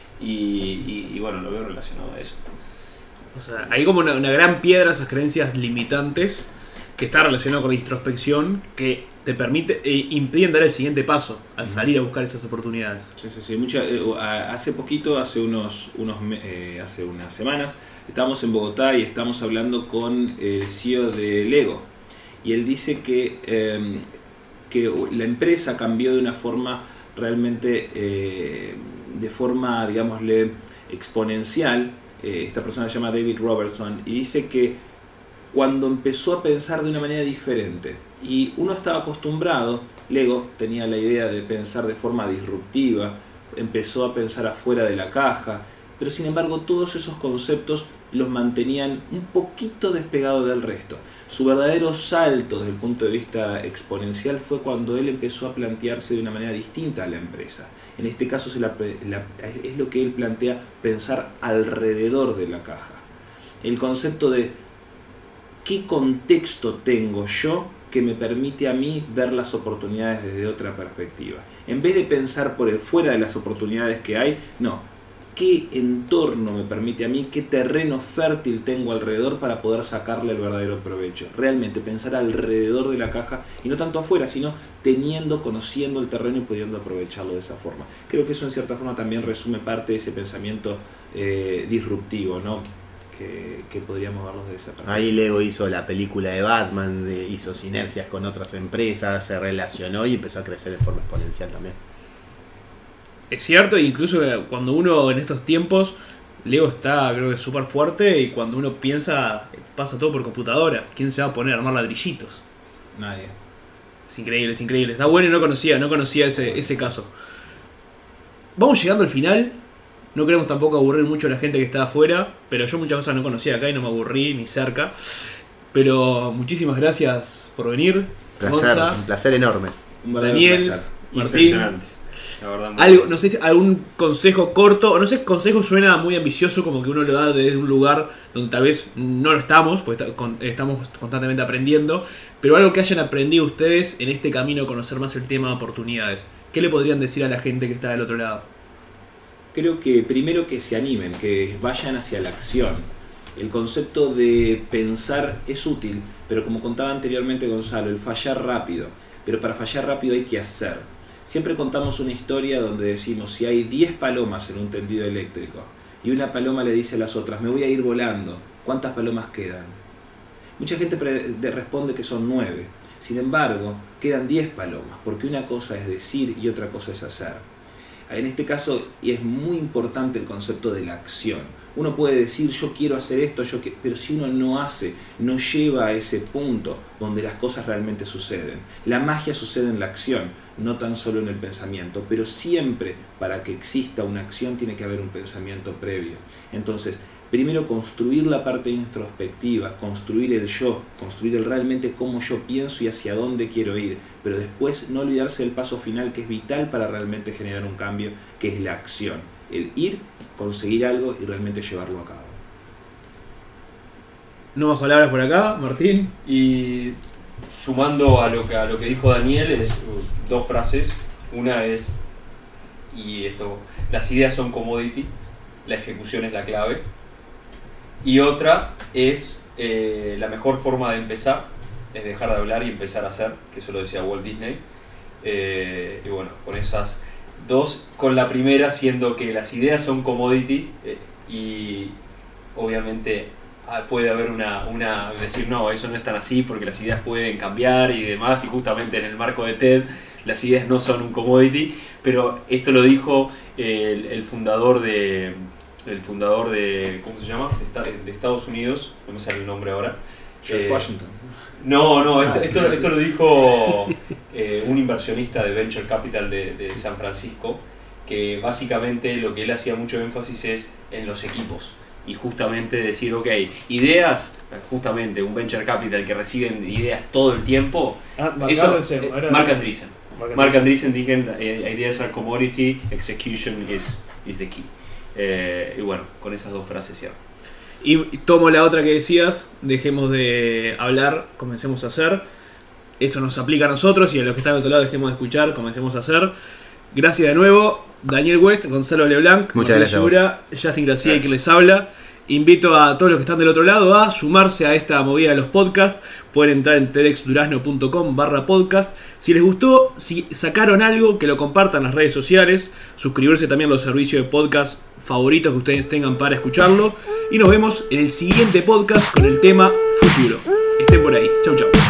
Y bueno, lo veo relacionado a eso. O sea, hay como una gran piedra esas creencias limitantes que está relacionado con la introspección que te permite impiden dar el siguiente paso al salir a buscar esas oportunidades. Sí. Hace poquito, hace unas semanas, estábamos en Bogotá y estamos hablando con el CEO de Lego y él dice que la empresa cambió de una forma realmente de forma, digámosle, exponencial. Esta persona se llama David Robertson y dice que cuando empezó a pensar de una manera diferente y uno estaba acostumbrado, Lego tenía la idea de pensar de forma disruptiva, empezó a pensar afuera de la caja, pero sin embargo todos esos conceptos los mantenían un poquito despegados del resto. Su verdadero salto desde el punto de vista exponencial fue cuando él empezó a plantearse de una manera distinta a la empresa. En este caso es lo que él plantea, pensar alrededor de la caja. El concepto de ¿qué contexto tengo yo que me permite a mí ver las oportunidades desde otra perspectiva? En vez de pensar por el fuera de las oportunidades que hay, no. ¿Qué entorno me permite a mí? ¿Qué terreno fértil tengo alrededor para poder sacarle el verdadero provecho? Realmente pensar alrededor de la caja y no tanto afuera, sino conociendo el terreno y pudiendo aprovecharlo de esa forma. Creo que eso en cierta forma también resume parte de ese pensamiento disruptivo, ¿no? Que podríamos verlos de esa perspectiva. Ahí Lego hizo la película de Batman, hizo sinergias con otras empresas, se relacionó y empezó a crecer de forma exponencial también. Es cierto, incluso cuando uno en estos tiempos, Lego está creo que súper fuerte y cuando uno piensa, pasa todo por computadora. ¿Quién se va a poner a armar ladrillitos? Nadie. Es increíble. Está bueno y no conocía ese caso. Vamos llegando al final. No queremos tampoco aburrir mucho a la gente que está afuera, pero yo muchas cosas no conocía acá y no me aburrí ni cerca. Pero muchísimas gracias por venir. Un placer enorme. Daniel, Martín. La verdad, Algo, no sé si algún consejo corto, o no sé, consejo suena muy ambicioso, como que uno lo da desde un lugar donde tal vez no lo estamos, porque estamos constantemente aprendiendo, pero algo que hayan aprendido ustedes en este camino a conocer más el tema de oportunidades. ¿Qué le podrían decir a la gente que está del otro lado? Creo que primero que se animen, que vayan hacia la acción. El concepto de pensar es útil, pero como contaba anteriormente Gonzalo, el fallar rápido. Pero para fallar rápido hay que hacer. Siempre contamos una historia donde decimos, si hay 10 palomas en un tendido eléctrico y una paloma le dice a las otras, me voy a ir volando, ¿cuántas palomas quedan? Mucha gente responde que son 9. Sin embargo, quedan 10 palomas, porque una cosa es decir y otra cosa es hacer. En este caso es muy importante el concepto de la acción. Uno puede decir yo quiero hacer esto, pero si uno no hace, no lleva a ese punto donde las cosas realmente suceden. La magia sucede en la acción, no tan solo en el pensamiento, pero siempre para que exista una acción tiene que haber un pensamiento previo. Entonces, primero construir la parte introspectiva, construir el yo, construir el realmente cómo yo pienso y hacia dónde quiero ir, pero después no olvidarse del paso final que es vital para realmente generar un cambio, que es la acción. El ir, conseguir algo y realmente llevarlo a cabo. No más palabras por acá, Martín. Y sumando a lo que dijo Daniel, es dos frases. Una es, y esto, las ideas son commodity, la ejecución es la clave. Y otra es, la mejor forma de empezar es dejar de hablar y empezar a hacer, que eso lo decía Walt Disney. Y bueno, con esas dos, con la primera siendo que las ideas son commodity, y obviamente puede haber decir no, eso no es tan así porque las ideas pueden cambiar y demás, y justamente en el marco de TED las ideas no son un commodity, pero esto lo dijo el fundador de ¿cómo se llama? De Estados Unidos, no me sale el nombre ahora. George Washington. No, esto lo dijo un inversionista de Venture Capital de San Francisco, que básicamente lo que él hacía mucho énfasis es en los equipos. Y justamente decir, ok, ideas, justamente un Venture Capital que reciben ideas todo el tiempo. Mark Andreessen. Mark Andreessen dijo, ideas are commodity, execution is the key. Y bueno, con esas dos frases cierro. Y tomo la otra que decías, dejemos de hablar, comencemos a hacer. Eso nos aplica a nosotros y a los que están al otro lado dejemos de escuchar, comencemos a hacer. Gracias de nuevo, Daniel West, Gonzalo Leblanc, muchas gracias Segura, Justin Graciela, quien les habla. Invito a todos los que están del otro lado a sumarse a esta movida de los podcasts. Pueden entrar en tedxdurazno.com/podcast. Si les gustó, si sacaron algo, que lo compartan en las redes sociales. Suscribirse también a los servicios de podcast favoritos que ustedes tengan para escucharlo. Y nos vemos en el siguiente podcast con el tema futuro. Estén por ahí. Chau, chau.